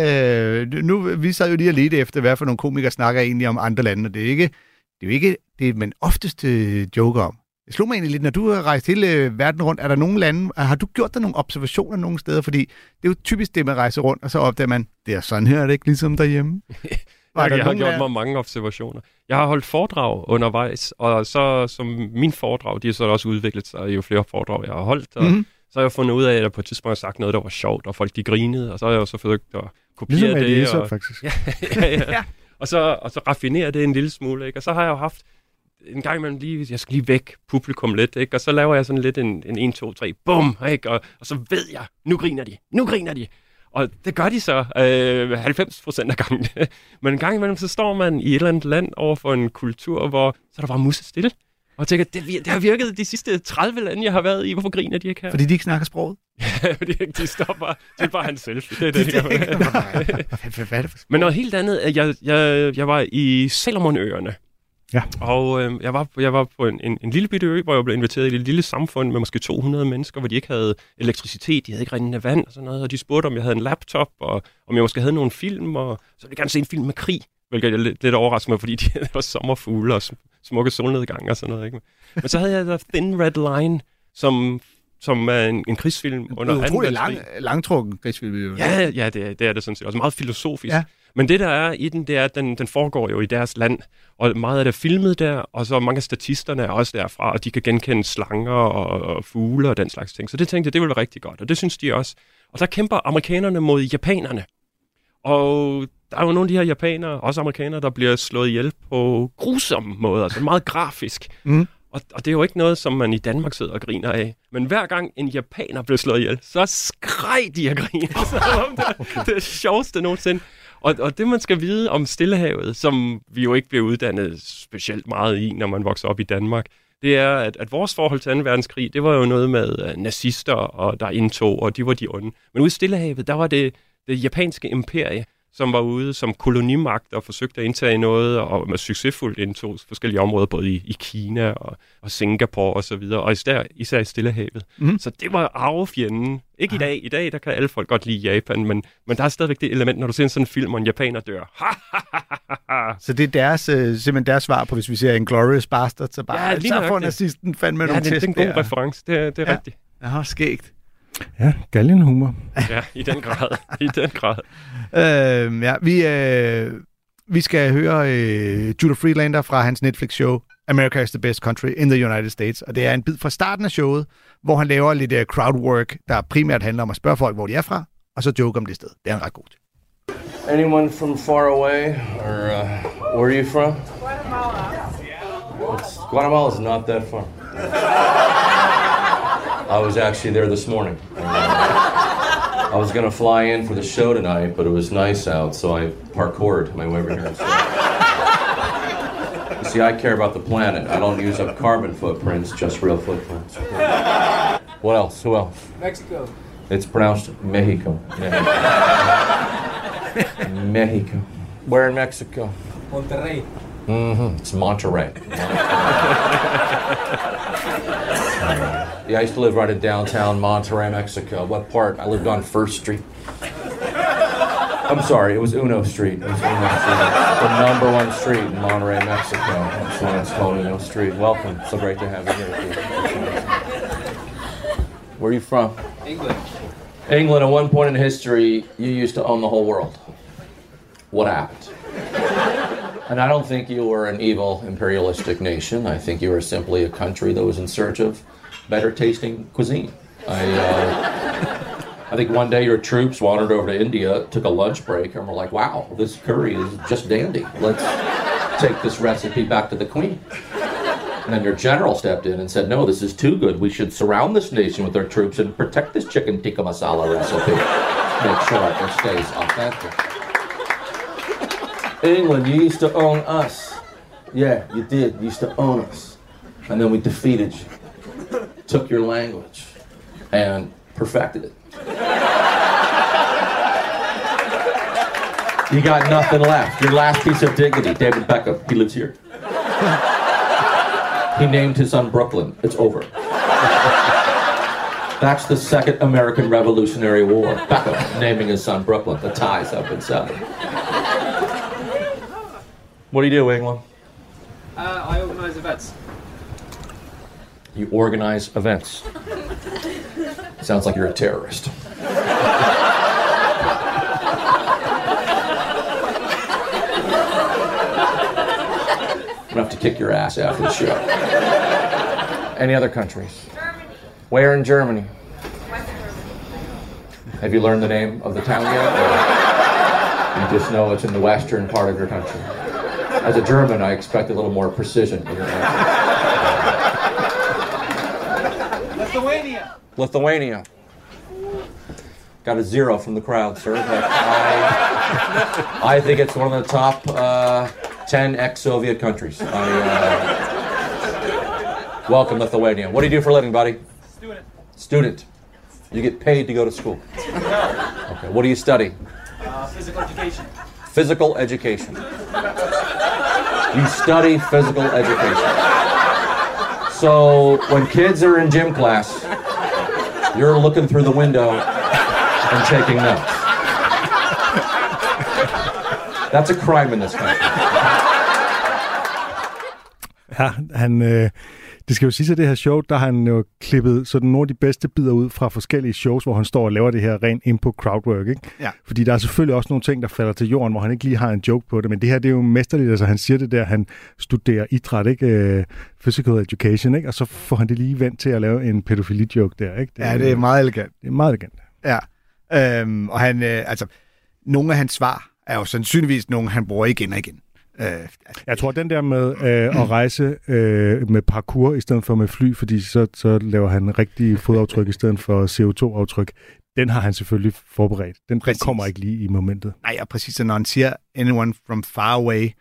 Øh, nu, vi sad jo lige og ledte efter, hvad for nogle komikere snakker egentlig om andre lande, og det er ikke, det er jo ikke det, man oftest øh, joker om. Det slog mig egentlig lidt, når du har rejst hele øh, verden rundt, er der nogle lande, har du gjort der nogle observationer nogle steder? Fordi det er jo typisk det, man rejser rundt, og så opdager man, det er sådan her, er det ikke ligesom derhjemme? jeg jeg har gjort mig mange observationer. Jeg har holdt foredrag undervejs, og så som min foredrag, de har så også udviklet sig jo flere foredrag, jeg har holdt, og mm-hmm. så har jeg fundet ud af, at jeg på et tidspunkt har sagt noget, der var sjovt, og folk de grinede, og så har jeg jo så forsøgt at kopiere ligesom det. Ligesom og, faktisk. ja, ja, ja. ja. Og, så, og så raffinere det en lille smule, ikke? Og så har jeg jo haft en gang imellem lige, jeg skal lige væk publikum lidt, ikke? Og så laver jeg sådan lidt en, en en, to, tre, bum, ikke? Og, og så ved jeg, nu griner de, nu griner de. Og det gør de så øh, halvfems procent af gangen. Men en gang imellem, så står man i et eller andet land over for en kultur, hvor så er der bare musse stille. Og jeg tænker, det, det har virket de sidste tredive lande, jeg har været i. Hvorfor griner de ikke her? Fordi de ikke snakker sproget? Ja, fordi de står bare, det er bare hans selfie. Det er det, det, det, det, det. Men noget helt andet, jeg, jeg, jeg var i Salomonøerne. Ja. Og øh, jeg, var, jeg var på en, en, en lille bitte ø, hvor jeg blev inviteret i et lille samfund med måske to hundrede mennesker, hvor de ikke havde elektricitet, de havde ikke rindende vand og sådan noget, og de spurgte, om jeg havde en laptop, og om jeg måske havde nogle film, og så ville jeg gerne se en film med krig, hvilket jeg lidt, lidt overraskede mig, fordi de var sommerfugle og smukke solnedgang og sådan noget. Ikke? Men så havde jeg The Thin Red Line, som, som er en, en krigsfilm under anden verdenskrig. Lang, langtrukken krigsfilm. Ja, ja det, det er det sådan set. Også meget filosofisk. Ja. Men det, der er i den, det er, at den, den foregår jo i deres land, og meget af det er filmet der, og så mange af statisterne er også derfra, og de kan genkende slanger og, og fugle og den slags ting. Så det tænkte jeg, det ville være rigtig godt, og det synes de også. Og der kæmper amerikanerne mod japanerne. Og der er jo nogle af de her japanere, også amerikanere, der bliver slået ihjel på grusomme måder, altså meget grafisk. Mm. Og, og det er jo ikke noget, som man i Danmark sidder og griner af. Men hver gang en japaner blev slået ihjel, så skreg de at grine. Så det, det er sjoveste nogensinde. Og, og det, man skal vide om Stillehavet, som vi jo ikke bliver uddannet specielt meget i, når man vokser op i Danmark, det er, at, at vores forhold til anden verdenskrig, det var jo noget med uh, nazister, og der indtog, og de var de onde. Men ude i Stillehavet, der var det det japanske imperie, som var ude som kolonimagt og forsøgte at indtage noget, og med succesfuldt indtog forskellige områder, både i, i Kina og, og Singapore og så videre, og især, især i Stillehavet. Mm. Så det var arvefjenden. Ikke i dag. I dag, der kan alle folk godt lide Japan, men, men der er stadigvæk det element, når du ser sådan en film, og en japaner dør. Så det er deres, øh, simpelthen deres svar på, hvis vi ser Inglourious Basterds, så bare, ja, så får nazisten fandme ja, nogle test. test. Det er en god der. reference, det er, det er ja. rigtigt. Ja, skægt. Ja, galgenhumor. Ja, i den grad. I den grad. øh, ja, vi, øh, vi skal høre øh, Judah Friedlander fra hans Netflix-show America is the Best Country in the United States. Og det er en bid fra starten af showet, hvor han laver lidt uh, crowdwork, der primært handler om at spørge folk, hvor de er fra, og så joke om det sted. Det er en ret god til. Anyone from far away, or uh, where are you from? Guatemala. It's, Guatemala is not that far. I was actually there this morning. I was going to fly in for the show tonight, but it was nice out, so I parkoured my way over here instead. You see, I care about the planet. I don't use up carbon footprints, just real footprints. What else? Who else? Mexico. It's pronounced Mexico. Yeah. Mexico. Where in Mexico? Monterrey. Mm-hmm. It's Monterrey. Yeah, I used to live right in downtown Monterrey, Mexico. What part? I lived on First Street. I'm sorry, it was Uno Street. It was Uno Street. The number one street in Monterrey, Mexico. That's why it's called Uno Street. Welcome. So great to have you here. Where are you from? England. England, at one point in history, you used to own the whole world. What happened? And I don't think you were an evil imperialistic nation. I think you were simply a country that was in search of better tasting cuisine. I, uh, I think one day your troops wandered over to India, took a lunch break, and were like, wow, this curry is just dandy. Let's take this recipe back to the queen. And then your general stepped in and said, no, this is too good. We should surround this nation with our troops and protect this chicken tikka masala recipe. Make sure it stays authentic. England, you used to own us. Yeah, you did. You used to own us. And then we defeated you. Took your language and perfected it. You got nothing left. Your last piece of dignity, David Beckham, he lives here. He named his son Brooklyn. It's over. That's the second American Revolutionary War. Beckham naming his son Brooklyn. The ties have been severed. What do you do, England? Uh, I organise events. You organize events. Sounds like you're a terrorist. I'm gonna have to kick your ass after the show. Any other countries? Germany. Where in Germany? West Germany. Have you learned the name of the town yet? Or you just know it's in the western part of your country? As a German, I expect a little more precision in your answer. Lithuania. Lithuania. Got a zero from the crowd, sir. But I, I think it's one of the top uh, ten ex-Soviet countries. I, uh, welcome, Lithuania. What do you do for a living, buddy? Student. Student. You get paid to go to school. Okay. What do you study? Uh, physical education. Physical education. You study physical education. So when kids are in gym class, you're looking through the window and taking notes. That's a crime in this country. Ja, han, øh, det skal jo sige, at det her show, der har han jo klippet sådan nogle af de bedste bidder ud fra forskellige shows, hvor han står og laver det her ren input crowdwork, ikke? Ja. Fordi der er selvfølgelig også nogle ting, der falder til jorden, hvor han ikke lige har en joke på det, men det her, det er jo mesterligt, altså han siger det der, han studerer idræt, ikke? Uh, physical education, ikke? Og så får han det lige vendt til at lave en pædofili-joke der, ikke? Det, ja, det er meget elegant. Det er meget elegant. Ja, øhm, og han, øh, altså, nogle af hans svar er jo sandsynligvis nogle, han bruger igen og igen. Øh, altså. Jeg tror, den der med øh, at rejse øh, med parkour i stedet for med fly, fordi så, så laver han rigtig fodaftryk i stedet for C O to aftryk, den har han selvfølgelig forberedt. Den, den kommer ikke lige i momentet. Nej, ja, præcis. Så når han siger anyone from far away,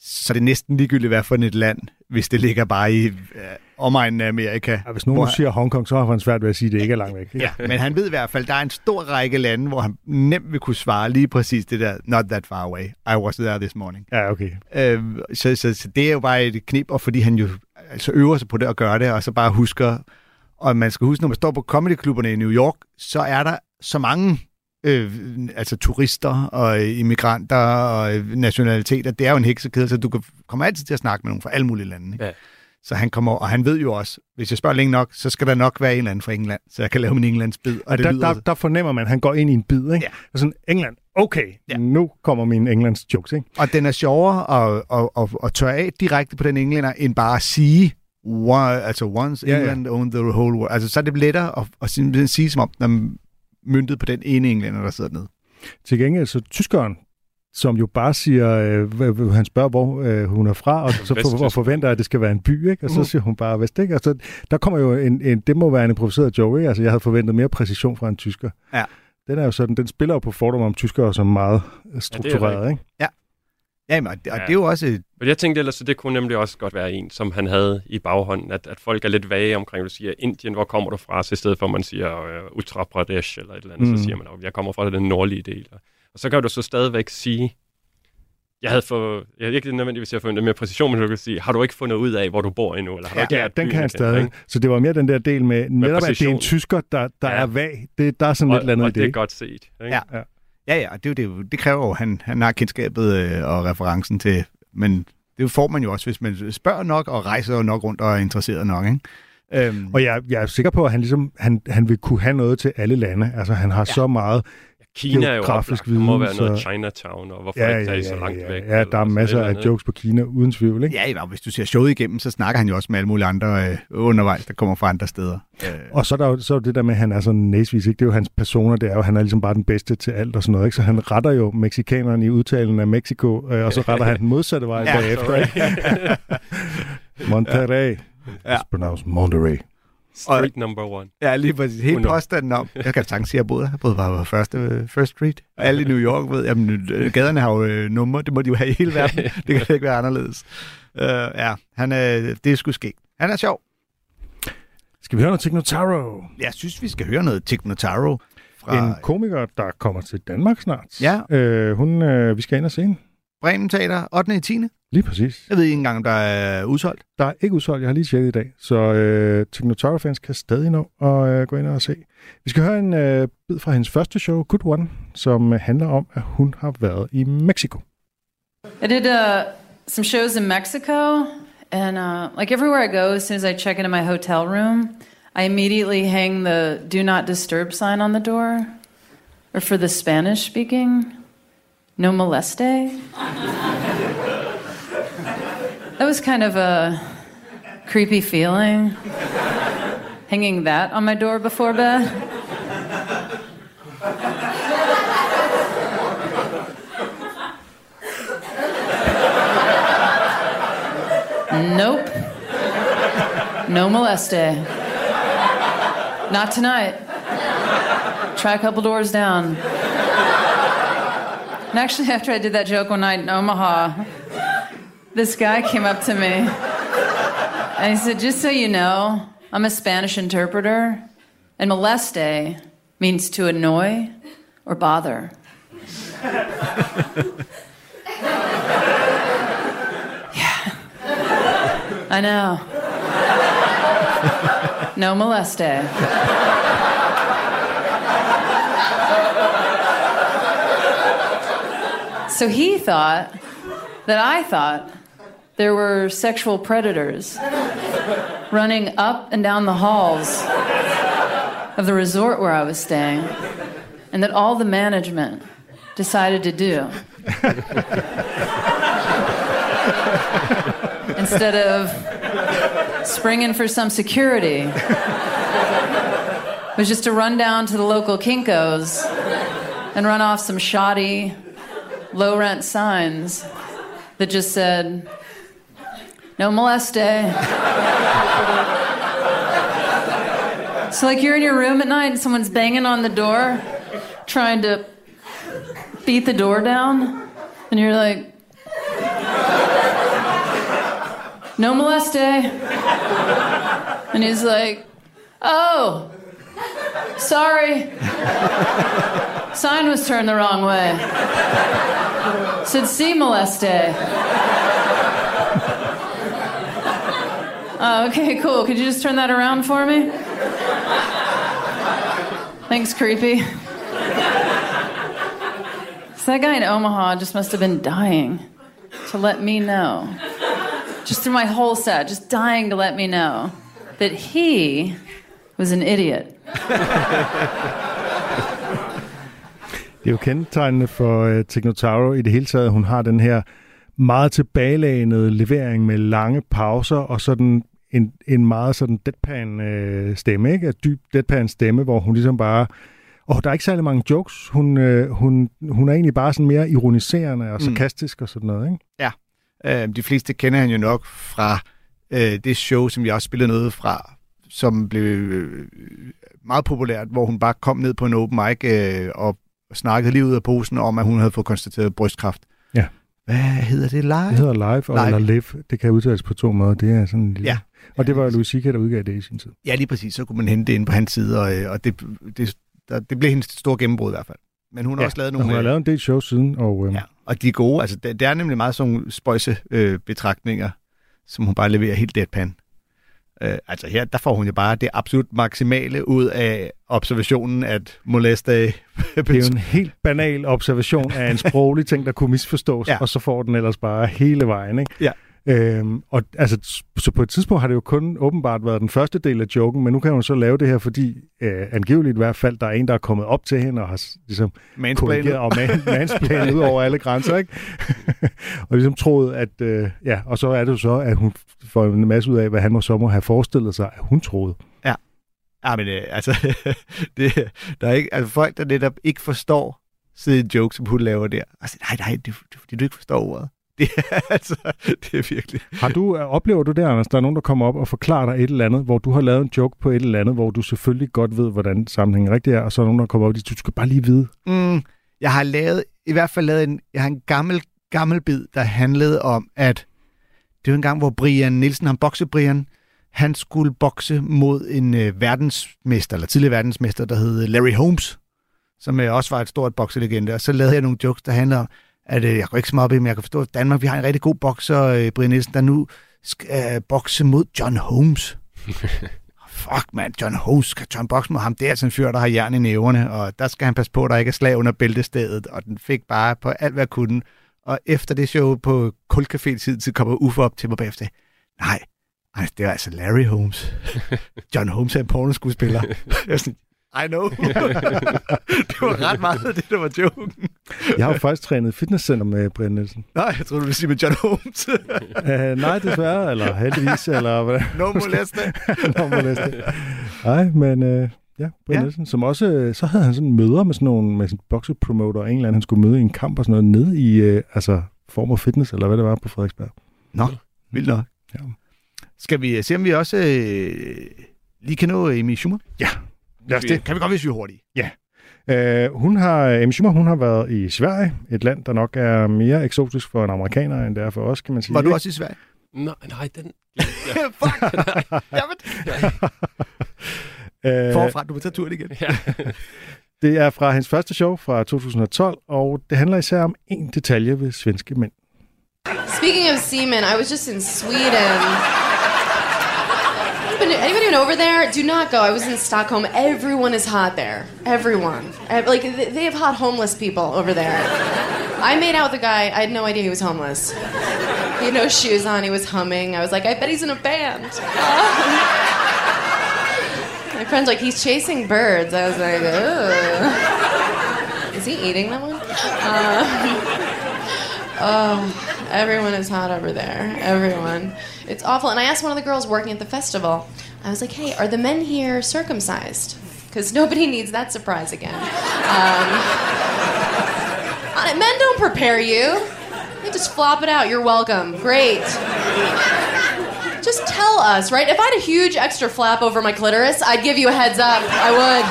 så det er næsten ligegyldigt, hvad for et land, hvis det ligger bare i øh, omegnen af Amerika. Ja, hvis nogen hvor... siger Hongkong, så har han svært ved at sige, at det ikke er langt væk. Ja, men han ved i hvert fald, at der er en stor række lande, hvor han nemt vil kunne svare lige præcis det der, not that far away, I was there this morning. Ja, okay. Øh, så, så, så det er jo bare et knip, og fordi han jo altså øver sig på det at gøre det, og så bare husker, og man skal huske, når man står på comedyklubberne i New York, så er der så mange øh, altså turister og immigranter og nationaliteter. Det er jo en heksekæde, så du kommer altid til at snakke med nogen fra alle mulige lande. Ikke? Ja. Så han kommer, og han ved jo også, hvis jeg spørger længe nok, så skal der nok være en eller anden fra England, så jeg kan lave min Englands bid. Og det der, lyder... der, der fornemmer man, at han går ind i en bid, ikke? Ja. Og sådan, England, okay, ja. Nu kommer min Englands jokes, ikke? Og den er sjovere at, at, at, at tørre af direkte på den englænder, end bare at sige, one, altså once ja, England ja. owned the whole world. Altså så er det lettere at, at sige, sige som om, der er myntet på den ene englænder, der sidder nede. Til gengæld, så tyskeren, som jo bare siger, øh, han spørger, hvor øh, hun er fra, og så for, og forventer, at det skal være en by, ikke? Og så siger hun bare Vest, ikke? Og så der kommer jo en, en, det må være en improviseret joke, ikke? Altså jeg havde forventet mere præcision fra en tysker. Ja. Den er jo sådan, den spiller jo på fordomme om tyskere som meget struktureret, ja, ikke? Ja. Ja, men, og det, ja. det er jo også... Et... Jeg tænkte ellers, at det kunne nemlig også godt være en, som han havde i baghånden, at, at folk er lidt vage omkring, at du siger, Indien, hvor kommer du fra? Så i stedet for, at man siger uh, Uttar Pradesh eller et eller andet, mm. så siger man, at jeg kommer fra den nordlige del. Og så kan du så stadigvæk sige, jeg havde for, jeg havde ikke nødvendigvis have fundet mere præcision, men du kan sige, har du ikke fundet ud af, hvor du bor endnu? Eller har ja, du ikke ja, den kan han stadig. Ikke? Så det var mere den der del med, netop at det er en tysker, der, der ja. er vag. Det, der er sådan og, lidt andet og i det. det er godt set. Ikke? Ja. Ja. Ja, ja, det, det, det kræver jo, at han, han har kendskabet øh, og referencen til, men det får man jo også, hvis man spørger nok og rejser nok rundt og er interesseret nok, ikke? Øhm. Og jeg, jeg er sikker på, at han, ligesom, han, han vil kunne have noget til alle lande. Altså, han har ja. så meget Kina er jo oplagt. Det må være noget Chinatown, og hvorfor ja, ikke tage ja, ja, så langt ja, væk? Ja, der er masser af andet. Jokes på Kina, uden tvivl, ikke? Ja, ja, hvis du ser showet igennem, så snakker han jo også med alle mulige andre øh, undervejs, der kommer fra andre steder. Øh. Og så er der jo så er det der med, at han er sådan næsvis, ikke? Det er jo hans personer, det er jo, han er ligesom bare den bedste til alt og sådan noget, ikke? Så han retter jo mexikanerne i udtalen af Mexico, øh, og så retter han den modsatte vej ja, bagefter, ikke? Monterrey. Ja. It's pronounced Monterey. Street number one. Ja, lige præcis. Helt påstanden om. Jeg kan sagtens sige, at jeg boede her. Jeg boede bare på første, First Street. Alle i New York ved, jamen, gaderne har jo øh, numre. Det må de jo have i hele verden. Det kan ikke være anderledes. Uh, ja, han, øh, det er sgu skægt. Han er sjov. Skal vi høre noget Tig Notaro? Jeg synes, vi skal høre noget Tig Notaro. Fra en komiker, der kommer til Danmark snart. Ja. Uh, hun, uh, vi skal ind og se hende. Bremen Teater, ottende i tiende Lige præcis. Jeg ved ikke engang, om der er udsolgt. Der er ikke udsolgt. Jeg har lige tjekket i dag. Så øh, Tig Notaro-fans kan stadig nå at øh, gå ind og se. Vi skal høre en øh, bid fra hendes første show, Good One, som øh, handler om, at hun har været i Mexico. I did uh, some shows in Mexico, and uh, like everywhere I go, as soon as I check into my hotel room, I immediately hang the Do Not Disturb sign on the door. Or for the Spanish-speaking, No Moleste. That was kind of a creepy feeling, hanging that on my door before bed. Nope. No moleste. Not tonight. Try a couple doors down. And actually, after I did that joke one night in Omaha, this guy came up to me and he said, just so you know, I'm a Spanish interpreter, and moleste means to annoy or bother. Yeah. I know. No moleste. So he thought that I thought there were sexual predators running up and down the halls of the resort where I was staying, and that all the management decided to do, instead of springing for some security, was just to run down to the local Kinko's and run off some shoddy, low-rent signs that just said, no moleste. So like you're in your room at night and someone's banging on the door, trying to beat the door down, and you're like, no moleste. And he's like, oh, sorry. Sign was turned the wrong way. Said see moleste. Oh, okay, cool. Could you just turn that around for me? Thanks, creepy. So that guy in Omaha just must have been dying to let me know, just through my whole set, just dying to let me know that he was an idiot. Det er jo kendetegnende for uh, Tick-Notaro i det hele taget. Hun har den her meget tilbagelænede levering med lange pauser, og sådan en, en meget sådan deadpan øh, stemme, ikke? En dyb deadpan stemme, hvor hun ligesom bare... Og der er ikke særlig mange jokes. Hun, øh, hun, hun er egentlig bare sådan mere ironiserende og sarkastisk mm. og sådan noget, ikke? Ja. Øh, de fleste kender han jo nok fra øh, det show, som jeg også spillede noget fra, som blev øh, meget populært, hvor hun bare kom ned på en open mic øh, og snakkede lige ud af posen om, at hun havde fået konstateret brystkræft. Ja. Hvad hedder det? Live? Det hedder live, og live. Eller live. Det kan udtales på to måder. Det er sådan lille... Ja. Og det var Louis C K, der udgav det i sin tid. Ja, lige præcis. Så kunne man hente det ind på hans side, og, og det, det, der, det blev hendes store gennembrud i hvert fald. Men hun har ja, også lavet nogle... hun har lavet en del shows siden, og... Øhm... Ja, og de er gode. Altså, det, det er nemlig meget sådan spøjse øh, betragtninger, som hun bare leverer helt deadpan. Øh, altså her, der får hun jo bare det absolut maksimale ud af observationen, at moleste... Det er jo en helt banal observation af en sproglig ting, der kunne misforstås, ja. Og så får den ellers bare hele vejen, ikke? Ja. Øhm, og altså, så på et tidspunkt har det jo kun åbenbart været den første del af joken, men nu kan hun så lave det her, fordi øh, angiveligt i hvert fald, der er en, der er kommet op til hende og har ligesom korrigeret og man, mansplanet ud over alle grænser, ikke? Og ligesom troet, at øh, ja, og så er det jo så, at hun får en masse ud af, hvad han må så må have forestillet sig, at hun troede. Ja, ja men øh, altså, det, der er ikke, altså folk, der netop ikke forstår siden joke, som hun laver der. Altså, nej, nej, det er fordi, du ikke forstår ordet. Det er, altså, det er virkelig... Har du, oplever du det, Anders? Der er nogen, der kommer op og forklarer dig et eller andet, hvor du har lavet en joke på et eller andet, hvor du selvfølgelig godt ved, hvordan sammenhængen rigtig er, og så er nogen, der kommer op og siger, du skal bare lige vide. Mm, jeg har lavet, i hvert fald lavet en, jeg har en gammel, gammel bid, der handlede om, at det var en gang, hvor Brian Nielsen, han bokse Brian, han skulle bokse mod en øh, verdensmester, eller tidligere verdensmester, der hed Larry Holmes, som øh, også var et stort bokselegende, og så lavede jeg nogle jokes, der handler om, at øh, jeg går ikke så meget op i, men jeg kan forstå, at Danmark, vi har en rigtig god bokser, øh, Brian Nielsen, der nu skal øh, bokse mod John Holmes. Fuck, man, John Holmes skal John bokse mod ham. Det er altså en fyr, der har jern i næverne, og der skal han passe på, at der ikke er slag under bæltestedet, og den fik bare på alt, hvad jeg kunne. Og efter det show på Kulcafé tid, så kommer Uffe op til mig bagefter. Nej, nej, det er altså Larry Holmes. John Holmes er en pornoskuespiller. Jeg er sådan, I know. Det var ret meget af det, der var joken. Jeg har jo faktisk trænet fitnesscenter med Brian Nielsen. Nej, jeg tror du ville sige med John Holmes. uh, nej, desværre, eller heldigvis, eller hvad? No moleste. No moleste. Nej, men uh, ja, Brian ja. Nielsen, som også, så havde han sådan møder med sådan nogle, med sådan boksepromoter, og en eller anden, han skulle møde i en kamp og sådan noget, nede i, uh, altså, form og fitness, eller hvad det var på Frederiksberg. Nå, vildt nok. Ja. Skal vi se, om vi også øh, lige kan nå Amy Schumer? Ja. Lad os det. Kan vi godt, hvis vi er hurtige? Ja. Uh, hun har, Amy Schumer, hun har været i Sverige, et land, der nok er mere eksotisk for en amerikaner, end det er for os, kan man sige. Var du også i Sverige? Nej, nej, den... Ja. Fuck! Jamen. uh, Forfra, du vil tage turen igen. Ja. Det er fra hendes første show fra to tusind og tolv, og det handler især om en detalje ved svenske mænd. Speaking of semen, I was just in Sweden. Anybody been over there? Do not go. I was in Stockholm. Everyone is hot there. Everyone. Like, they have hot homeless people over there. I made out with a guy. I had no idea he was homeless. He had no shoes on. He was humming. I was like, I bet he's in a band. My friend's like, he's chasing birds. I was like, ugh. Is he eating that one? Uh, oh, everyone is hot over there. Everyone. It's awful. And I asked one of the girls working at the festival, I was like, hey, are the men here circumcised? Because nobody needs that surprise again. Um, men don't prepare you. They just flop it out. You're welcome. Great. Just tell us, right? If I had a huge extra flap over my clitoris, I'd give you a heads up. I would.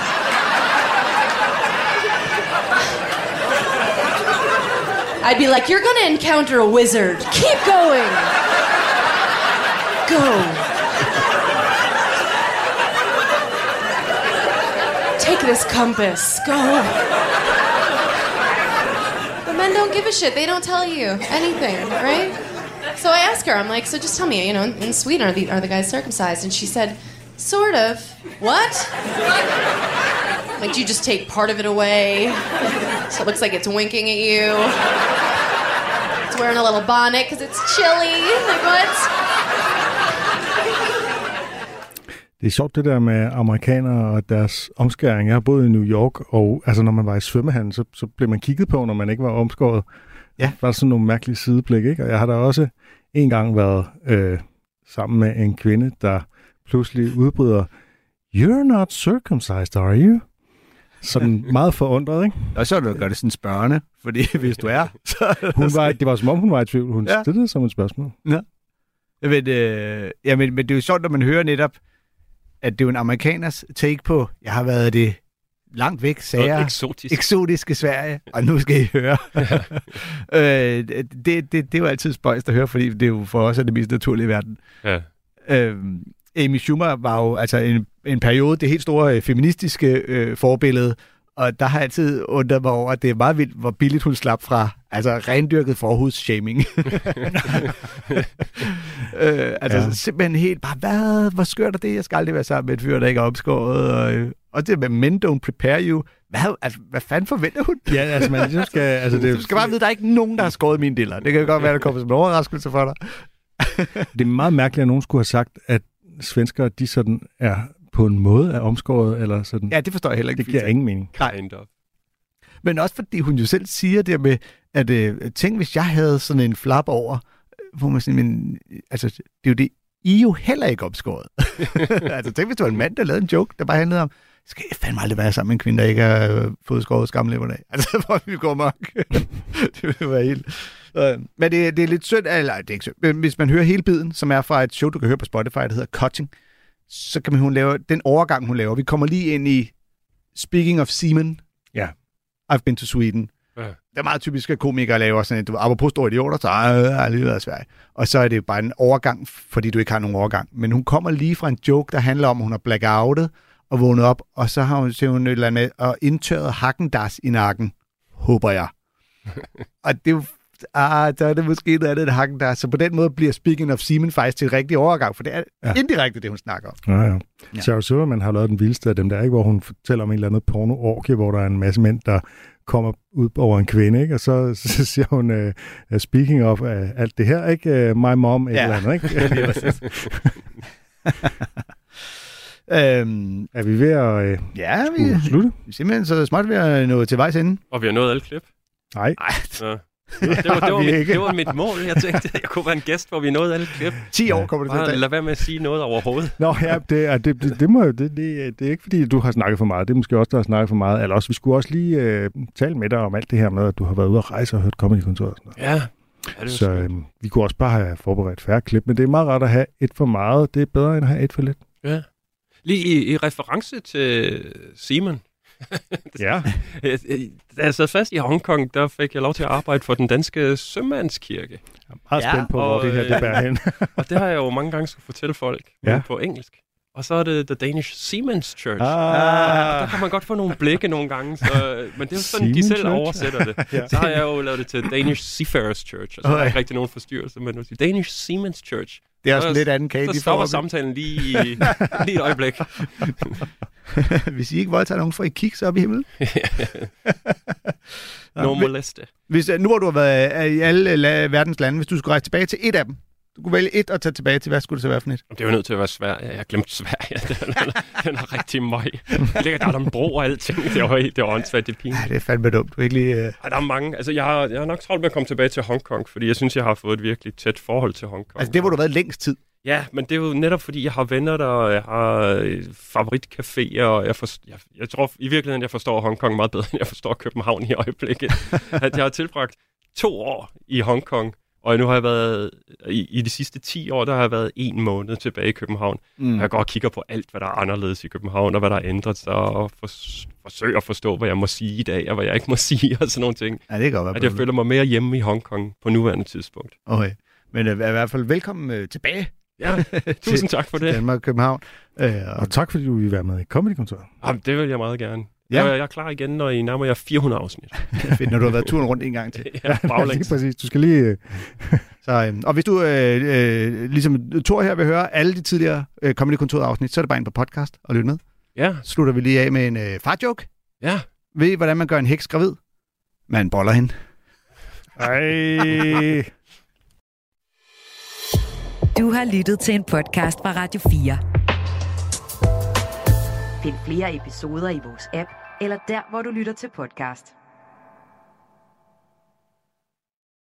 I'd be like, you're gonna encounter a wizard. Keep going. Go. Take this compass. Go. But men don't give a shit. They don't tell you anything, right? So I asked her, I'm like, so just tell me, you know, in Sweden, are the, are the guys circumcised? And she said, sort of. What? Like, do you just take part of it away? So it looks like it's winking at you. It's wearing a little bonnet because it's chilly. Like, what? Det er sjovt det der med amerikanere og deres omskæring. Jeg har boet i New York, og altså, når man var i svømmehallen, så, så blev man kigget på, når man ikke var omskåret. Ja. Der var sådan nogle mærkelige sideblik, ikke? Og jeg har da også en gang været øh, sammen med en kvinde, der pludselig udbryder, "You're not circumcised, are you?" Sådan meget forundret, ikke? Og så gør det sådan spørgende, fordi hvis du er... Så hun var, det var som om, hun var i tvivl. Hun ja. stillede som et spørgsmål. Ja. Men, øh, ja, men, men det er jo sjovt, når man hører netop, at det er jo en amerikaners take på, jeg har været det langt væk, sager, eksotisk. eksotiske Sverige, og nu skal I høre. Ja. øh, det, det, det er jo altid spøjst at høre, fordi det er jo for os er det mest naturlige i verden. Ja. Øh, Amy Schumer var jo altså en, en periode det helt store øh, feministiske øh, forbillede, og der har jeg altid undret mig over, at det er meget vildt, hvor billigt hun slap fra altså rendyrket forhudsshaming. øh, altså ja. Simpelthen helt bare, hvad, hvor skørt er det? Jeg skal aldrig være sammen med et fyr, der ikke er opskåret. Og, og det med men don't prepare you. Hvad, altså, hvad fanden forventer hun? Ja, altså man så skal... Altså, det, du skal bare vide, at der er ikke nogen, der har skåret mine diller. Det kan godt være, der kommer som en overraskelse for dig. Det er meget mærkeligt, at nogen skulle have sagt, at svenskere, de sådan er på en måde er omskåret, eller sådan. Ja, det forstår jeg heller ikke. Det giver ingen mening. Kind of. Men også fordi hun jo selv siger det med, at øh, tænk, hvis jeg havde sådan en flap over, hvor man siger, men altså, det er jo det, I er jo heller ikke omskåret. Altså, tænk, hvis du var en mand, der lavede en joke, der bare handlede om, skal jeg fandme aldrig være sammen med en kvinde, der ikke har øh, fået skåret skamlæberne af. Altså, hvor vi går mok. Det vil være helt... Øh, men det, det er lidt synd, eller det er ikke synd, men hvis man hører hele biden, som er fra et show, du kan høre på Spotify, der hedder Cutting, så kan man hun lave den overgang, hun laver. Vi kommer lige ind i Speaking of Semen. Ja. I've been to Sweden. Ja. Det er meget typisk, at komikere laver sådan et, du apropos store idioter, så jeg har lige været i Sverige. Og så er det bare en overgang, fordi du ikke har nogen overgang. Men hun kommer lige fra en joke, der handler om, at hun har blackoutet og vågnet op, og så har hun, hun et eller andet med og indtørret Häagen-Dazs i nakken, håber jeg. Og det er jo ah, så er det måske noget andet, der der. Så på den måde bliver Speaking of Semen faktisk til en rigtig overgang, for det er ja. indirekte det, hun snakker om. Ja, ja. ja. Sarah Silverman har lavet den vildeste af dem der, ikke? Hvor hun fortæller om en eller anden porno-orgie, hvor der er en masse mænd, der kommer ud over en kvinde, ikke? Og så, så siger hun, uh, speaking of uh, alt det her, ikke? Uh, my mom, et ja. eller andet, ikke? Øhm, er vi ved at uh, ja, vi, slutte? Vi er simpelthen så smart ved at nå til vejs ende. Og vi har nået alle klip. Nej. Ja. Det var, det, var, det, var mit, det var mit mål. Jeg tænkte, at jeg kunne være en gæst, hvor vi nåede alle klip. ti år kommer det til at tage. Lad være med at sige noget overhovedet. Nå ja, det er, det, det, det, må, det, det, det er ikke fordi, du har snakket for meget. Det er måske også, der har snakket for meget. Eller også, vi skulle også lige øh, tale med dig om alt det her med, at du har været ude at rejse og hørt Comedy-kontoret. Ja. ja så øh, vi kunne også bare have forberedt færre klip, men det er meget rart at have et for meget. Det er bedre end at have et for lidt. Ja. Lige i, i reference til Simon. Ja. Da jeg sad fast i Hongkong, der fik jeg lov til at arbejde for den danske sømandskirke. Jeg er meget spændt på, ja, hvor det her det bærer hen. Og det har jeg jo mange gange skulle fortælle folk ja. på engelsk. Og så er det The Danish Seamen's Church. Ah. Og der kan man godt få nogle blikke nogle gange. Så, men det er jo sådan, Seaman de selv Church? Oversætter det. Ja. Så har jeg jo lavet det til Danish Seafarers Church. Og så er der ikke rigtig nogen forstyrrelse. Men du siger Danish Seamen's Church. Det er også så, lidt anden kage. Så stopper samtalen lige, lige et øjeblik. Hvis I ikke voldtager nogen, får I kiks op i himlen. No moleste. Hvis, nu hvor du har været i alle la- verdens lande, hvis du skulle rejse tilbage til et af dem, du kunne vælge et og tage tilbage til, hvad skulle det så være for et? Det er jo nødt til at være Sverige. Jeg har glemt Sverige. Den er, den er rigtig møg. Det ligger der er en bro og alting. Det er jo det er åndssvagt, det er pinligt. Ja, det er fandme dumt. Du er ikke lige... Uh... Ja, der er mange. Altså, jeg har, jeg har nok travlt med at komme tilbage til Hongkong, fordi jeg synes, jeg har fået et virkelig tæt forhold til Hongkong. Altså, det hvor du har været længst tid. Ja, men det er jo netop, fordi jeg har venner der, og jeg har favoritcaféer, og jeg, forstår, jeg, jeg tror i virkeligheden, jeg forstår Hongkong meget bedre, end jeg forstår København i øjeblikket. At jeg har tilbragt to år i Hongkong, og nu har jeg været, i, i de sidste ti år, der har jeg været en måned tilbage i København. Mm. Jeg går og kigger på alt, hvad der er anderledes i København, og hvad der er ændret sig, og for, forsøger at forstå, hvad jeg må sige i dag, og hvad jeg ikke må sige, og sådan nogle ting. Ja, det kan godt være. At jeg føler mig mere hjemme i Hongkong på nuværende tidspunkt. Okay, men uh, i hvert fald velkommen uh, tilbage. Ja, tusind tak for det. Danmark og København. Øh, og tak fordi du vil være med i Comedy-kontoret. Jamen, det vil jeg meget gerne. Ja. Jeg er klar igen, når I nærmer jer fire hundrede afsnit. Fedt, når du har været turen rundt en gang til. Ja, baglæns. Lige præcis. Du skal lige... Så, øh, og hvis du, øh, øh, ligesom Thor her, vil høre alle de tidligere øh, Comedy-kontoret-afsnit, så er det bare ind på podcast og lyt med. Ja. Slutter vi lige af med en øh, fartjoke. Ja. Ved I, hvordan man gør en heks gravid? Man boller hende. Ej. Du har lyttet til en podcast fra Radio fire. Find flere episoder i vores app, eller der, hvor du lytter til podcast.